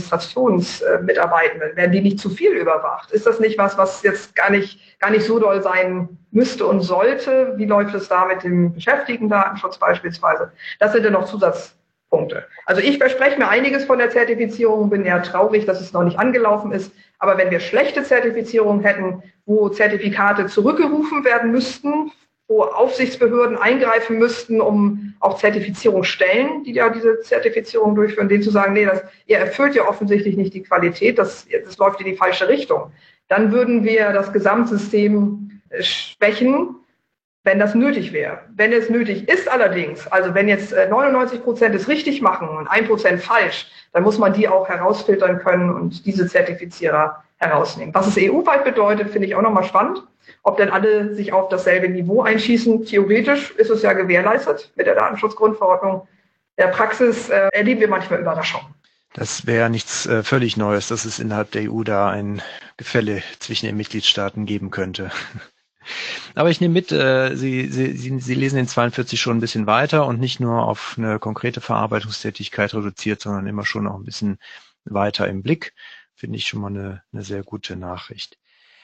Administrationsmitarbeitenden, werden die nicht zu viel überwacht? Ist das nicht was, was jetzt gar nicht, gar nicht so doll sein müsste und sollte? Wie läuft es da mit dem Beschäftigtendatenschutz beispielsweise? Das sind ja noch Zusatzpunkte. Also ich verspreche mir einiges von der Zertifizierung, bin eher traurig, dass es noch nicht angelaufen ist. Aber wenn wir schlechte Zertifizierung hätten, wo Zertifikate zurückgerufen werden müssten, wo Aufsichtsbehörden eingreifen müssten, um auch Zertifizierungsstellen, die ja diese Zertifizierung durchführen, denen zu sagen, nee, das, ihr erfüllt ja offensichtlich nicht die Qualität, das, das läuft in die falsche Richtung. Dann würden wir das Gesamtsystem schwächen, wenn das nötig wäre. Wenn es nötig ist allerdings, also wenn jetzt neunundneunzig Prozent es richtig machen und ein Prozent falsch, dann muss man die auch herausfiltern können und diese Zertifizierer herausnehmen. Was es E U-weit bedeutet, finde ich auch nochmal spannend. Ob denn alle sich auf dasselbe Niveau einschießen, theoretisch ist es ja gewährleistet mit der Datenschutzgrundverordnung. In der Praxis äh, erleben wir manchmal Überraschungen. Das wäre nichts äh, völlig Neues, dass es innerhalb der E U da ein Gefälle zwischen den Mitgliedstaaten geben könnte. Aber ich nehme mit, äh, Sie, Sie, Sie, Sie lesen den zweiundvierzig schon ein bisschen weiter und nicht nur auf eine konkrete Verarbeitungstätigkeit reduziert, sondern immer schon auch ein bisschen weiter im Blick. Finde ich schon mal eine, eine sehr gute Nachricht.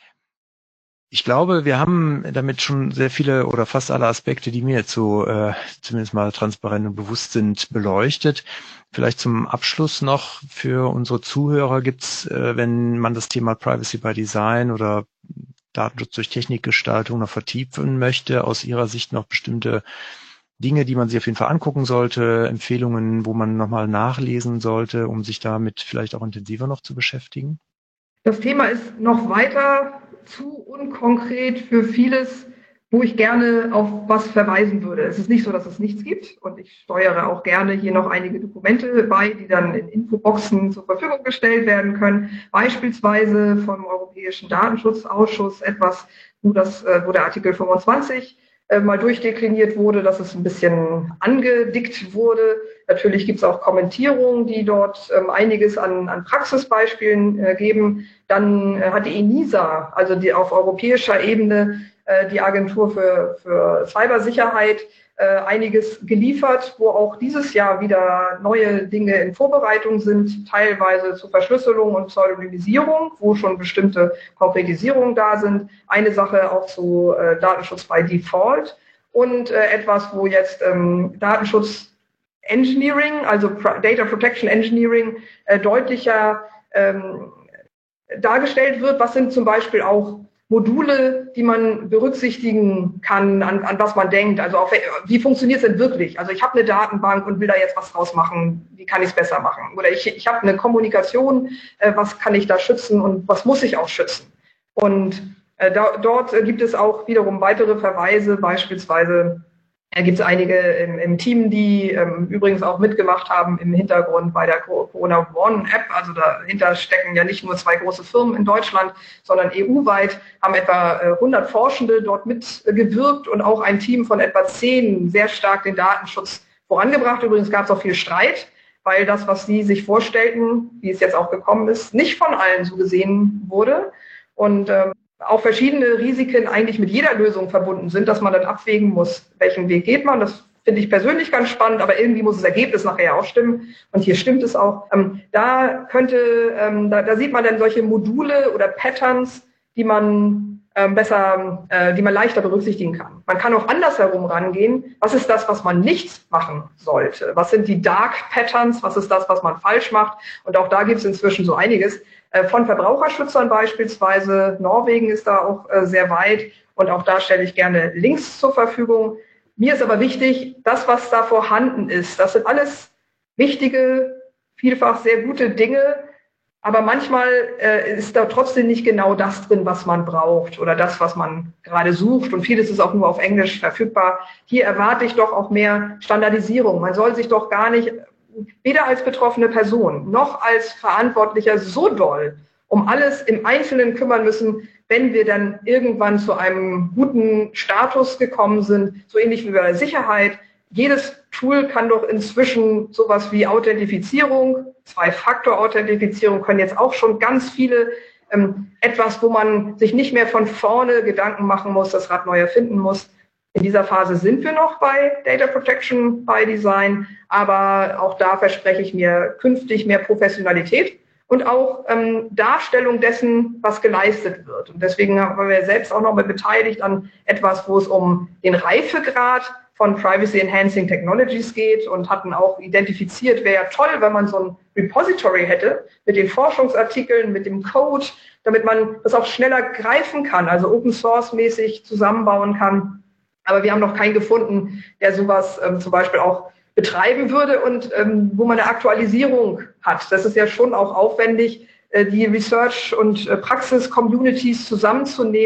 Ich glaube, wir haben damit schon sehr viele oder fast alle Aspekte, die mir jetzt so äh, zumindest mal transparent und bewusst sind, beleuchtet. Vielleicht zum Abschluss noch für unsere Zuhörer gibt's, äh, wenn man das Thema Privacy by Design oder Datenschutz durch Technikgestaltung noch vertiefen möchte, aus Ihrer Sicht noch bestimmte Dinge, die man sich auf jeden Fall angucken sollte, Empfehlungen, wo man nochmal nachlesen sollte, um sich damit vielleicht auch intensiver noch zu beschäftigen? Das Thema ist noch weiter zu unkonkret für vieles, wo ich gerne auf was verweisen würde. Es ist nicht so, dass es nichts gibt und ich steuere auch gerne hier noch einige Dokumente bei, die dann in Infoboxen zur Verfügung gestellt werden können. Beispielsweise vom Europäischen Datenschutzausschuss etwas, wo, das, wo der Artikel fünfundzwanzig mal durchdekliniert wurde, dass es ein bisschen angedickt wurde. Natürlich gibt es auch Kommentierungen, die dort ähm, einiges an, an Praxisbeispielen äh, geben. Dann äh, hat die ENISA, also die auf europäischer Ebene, äh, die Agentur für, für Cybersicherheit, äh, einiges geliefert, wo auch dieses Jahr wieder neue Dinge in Vorbereitung sind, teilweise zur Verschlüsselung und Pseudonymisierung, wo schon bestimmte Konkretisierungen da sind. Eine Sache auch zu äh, Datenschutz by Default und äh, etwas, wo jetzt ähm, Datenschutz Engineering, also Data Protection Engineering, äh, deutlicher ähm, dargestellt wird. Was sind zum Beispiel auch Module, die man berücksichtigen kann, an, an was man denkt? Also auf, wie funktioniert es denn wirklich? Also ich habe eine Datenbank und will da jetzt was draus machen. Wie kann ich es besser machen? Oder ich, ich habe eine Kommunikation, äh, was kann ich da schützen und was muss ich auch schützen? Und äh, da, dort äh, gibt es auch wiederum weitere Verweise, beispielsweise Da gibt es einige im, im Team, die ähm, übrigens auch mitgemacht haben im Hintergrund bei der Corona One App. Also dahinter stecken ja nicht nur zwei große Firmen in Deutschland, sondern E U-weit haben etwa äh, hundert Forschende dort mitgewirkt und auch ein Team von etwa zehn sehr stark den Datenschutz vorangebracht. Übrigens gab es auch viel Streit, weil das, was sie sich vorstellten, wie es jetzt auch gekommen ist, nicht von allen so gesehen wurde. Und ähm, auch verschiedene Risiken eigentlich mit jeder Lösung verbunden sind, dass man dann abwägen muss, welchen Weg geht man. Das finde ich persönlich ganz spannend, aber irgendwie muss das Ergebnis nachher auch stimmen. Und hier stimmt es auch. Ähm, da könnte, ähm, da, da sieht man dann solche Module oder Patterns, die man ähm, besser, äh, die man leichter berücksichtigen kann. Man kann auch andersherum rangehen. Was ist das, was man nicht machen sollte? Was sind die Dark Patterns? Was ist das, was man falsch macht? Und auch da gibt es inzwischen so einiges. Von Verbraucherschützern beispielsweise, Norwegen ist da auch äh, sehr weit und auch da stelle ich gerne Links zur Verfügung. Mir ist aber wichtig, das, was da vorhanden ist, das sind alles wichtige, vielfach sehr gute Dinge, aber manchmal äh, ist da trotzdem nicht genau das drin, was man braucht oder das, was man gerade sucht und vieles ist auch nur auf Englisch verfügbar. Hier erwarte ich doch auch mehr Standardisierung. Man soll sich doch gar nicht weder als betroffene Person noch als Verantwortlicher so doll um alles im Einzelnen kümmern müssen, wenn wir dann irgendwann zu einem guten Status gekommen sind, so ähnlich wie bei der Sicherheit. Jedes Tool kann doch inzwischen sowas wie Authentifizierung, Zwei-Faktor-Authentifizierung können jetzt auch schon ganz viele, ähm, etwas, wo man sich nicht mehr von vorne Gedanken machen muss, das Rad neu erfinden muss. In dieser Phase sind wir noch bei Data Protection by Design, aber auch da verspreche ich mir künftig mehr Professionalität und auch ähm, Darstellung dessen, was geleistet wird. Und deswegen haben wir selbst auch noch mal beteiligt an etwas, wo es um den Reifegrad von Privacy Enhancing Technologies geht und hatten auch identifiziert, wäre ja toll, wenn man so ein Repository hätte mit den Forschungsartikeln, mit dem Code, damit man das auch schneller greifen kann, also Open Source mäßig zusammenbauen kann. Aber wir haben noch keinen gefunden, der sowas ähm, zum Beispiel auch betreiben würde und ähm, wo man eine Aktualisierung hat. Das ist ja schon auch aufwendig, äh, die Research- und äh, Praxis-Communities zusammenzunehmen,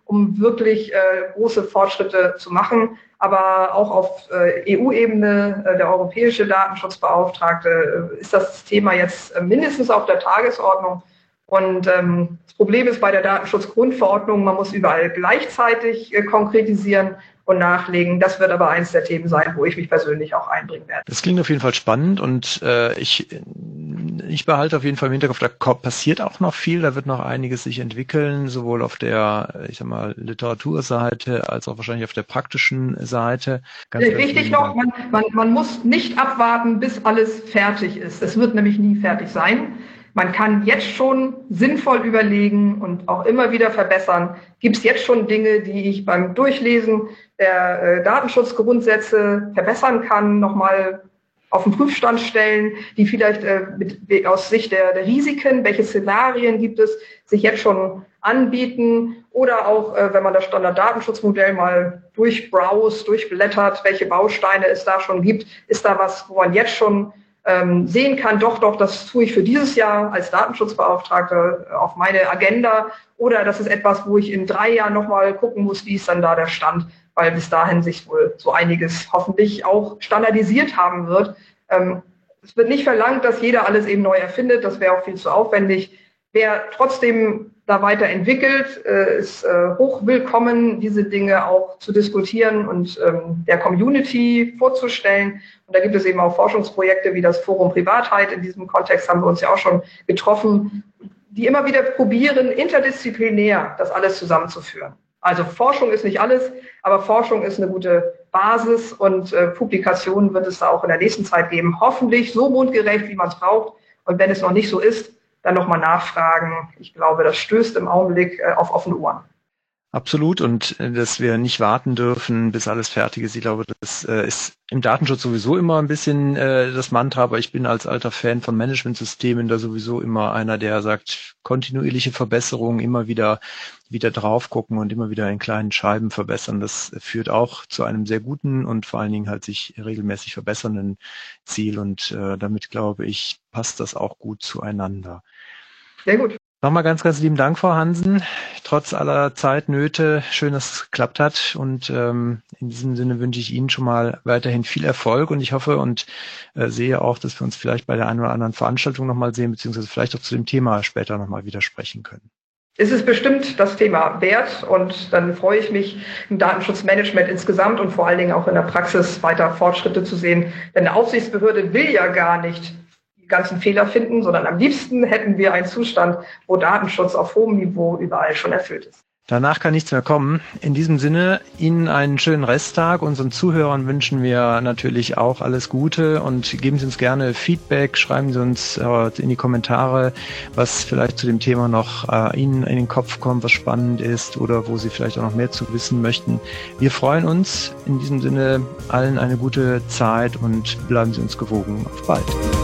um wirklich äh, große Fortschritte zu machen. Aber auch auf äh, E U-Ebene, äh, der europäische Datenschutzbeauftragte, äh, ist das Thema jetzt äh, mindestens auf der Tagesordnung. Und ähm, das Problem ist bei der Datenschutzgrundverordnung, man muss überall gleichzeitig äh, konkretisieren und nachlegen. Das wird aber eins der Themen sein, wo ich mich persönlich auch einbringen werde. Das klingt auf jeden Fall spannend und äh, ich, ich behalte auf jeden Fall im Hinterkopf, da passiert auch noch viel, da wird noch einiges sich entwickeln, sowohl auf der, ich sag mal, Literaturseite als auch wahrscheinlich auf der praktischen Seite. Ganz Wichtig noch, man, man, man muss nicht abwarten, bis alles fertig ist. Es wird nämlich nie fertig sein. Man kann jetzt schon sinnvoll überlegen und auch immer wieder verbessern. Gibt es jetzt schon Dinge, die ich beim Durchlesen der äh, Datenschutzgrundsätze verbessern kann, nochmal auf den Prüfstand stellen, die vielleicht äh, mit, aus Sicht der, der Risiken, welche Szenarien gibt es, sich jetzt schon anbieten oder auch, äh, wenn man das Standarddatenschutzmodell mal durchbrowst, durchblättert, welche Bausteine es da schon gibt, ist da was, wo man jetzt schon ähm, sehen kann, doch, doch, das tue ich für dieses Jahr als Datenschutzbeauftragter auf meine Agenda oder das ist etwas, wo ich in drei Jahren nochmal gucken muss, wie ist dann da der Stand, weil bis dahin sich wohl so einiges hoffentlich auch standardisiert haben wird. Ähm, es wird nicht verlangt, dass jeder alles eben neu erfindet, das wäre auch viel zu aufwendig. Wer trotzdem da weiterentwickelt, äh, ist äh, hochwillkommen, diese Dinge auch zu diskutieren und ähm, der Community vorzustellen. Und da gibt es eben auch Forschungsprojekte wie das Forum Privatheit. In diesem Kontext haben wir uns ja auch schon getroffen, die immer wieder probieren, interdisziplinär das alles zusammenzuführen. Also Forschung ist nicht alles, aber Forschung ist eine gute Basis und äh, Publikationen wird es da auch in der nächsten Zeit geben. Hoffentlich so mundgerecht, wie man es braucht. Und wenn es noch nicht so ist, dann nochmal nachfragen. Ich glaube, das stößt im Augenblick äh, auf offene Ohren. Absolut und äh, dass wir nicht warten dürfen, bis alles fertig ist. Ich glaube, das äh, ist im Datenschutz sowieso immer ein bisschen äh, das Mantra, aber ich bin als alter Fan von Managementsystemen da sowieso immer einer, der sagt, kontinuierliche Verbesserungen, immer wieder wieder drauf gucken und immer wieder in kleinen Scheiben verbessern. Das führt auch zu einem sehr guten und vor allen Dingen halt sich regelmäßig verbessernden Ziel und äh, damit glaube ich, passt das auch gut zueinander. Sehr gut. Nochmal ganz, ganz lieben Dank, Frau Hansen. Trotz aller Zeitnöte, schön, dass es geklappt hat. Und ähm, in diesem Sinne wünsche ich Ihnen schon mal weiterhin viel Erfolg. Und ich hoffe und äh, sehe auch, dass wir uns vielleicht bei der einen oder anderen Veranstaltung nochmal sehen, beziehungsweise vielleicht auch zu dem Thema später nochmal wieder sprechen können. Es ist bestimmt das Thema wert und dann freue ich mich, im Datenschutzmanagement insgesamt und vor allen Dingen auch in der Praxis weiter Fortschritte zu sehen. Denn eine Aufsichtsbehörde will ja gar nicht die ganzen Fehler finden, sondern am liebsten hätten wir einen Zustand, wo Datenschutz auf hohem Niveau überall schon erfüllt ist. Danach kann nichts mehr kommen. In diesem Sinne, Ihnen einen schönen Resttag. Unseren Zuhörern wünschen wir natürlich auch alles Gute und geben Sie uns gerne Feedback, schreiben Sie uns äh, in die Kommentare, was vielleicht zu dem Thema noch äh, Ihnen in den Kopf kommt, was spannend ist oder wo Sie vielleicht auch noch mehr zu wissen möchten. Wir freuen uns. In diesem Sinne allen eine gute Zeit und bleiben Sie uns gewogen. Auf bald.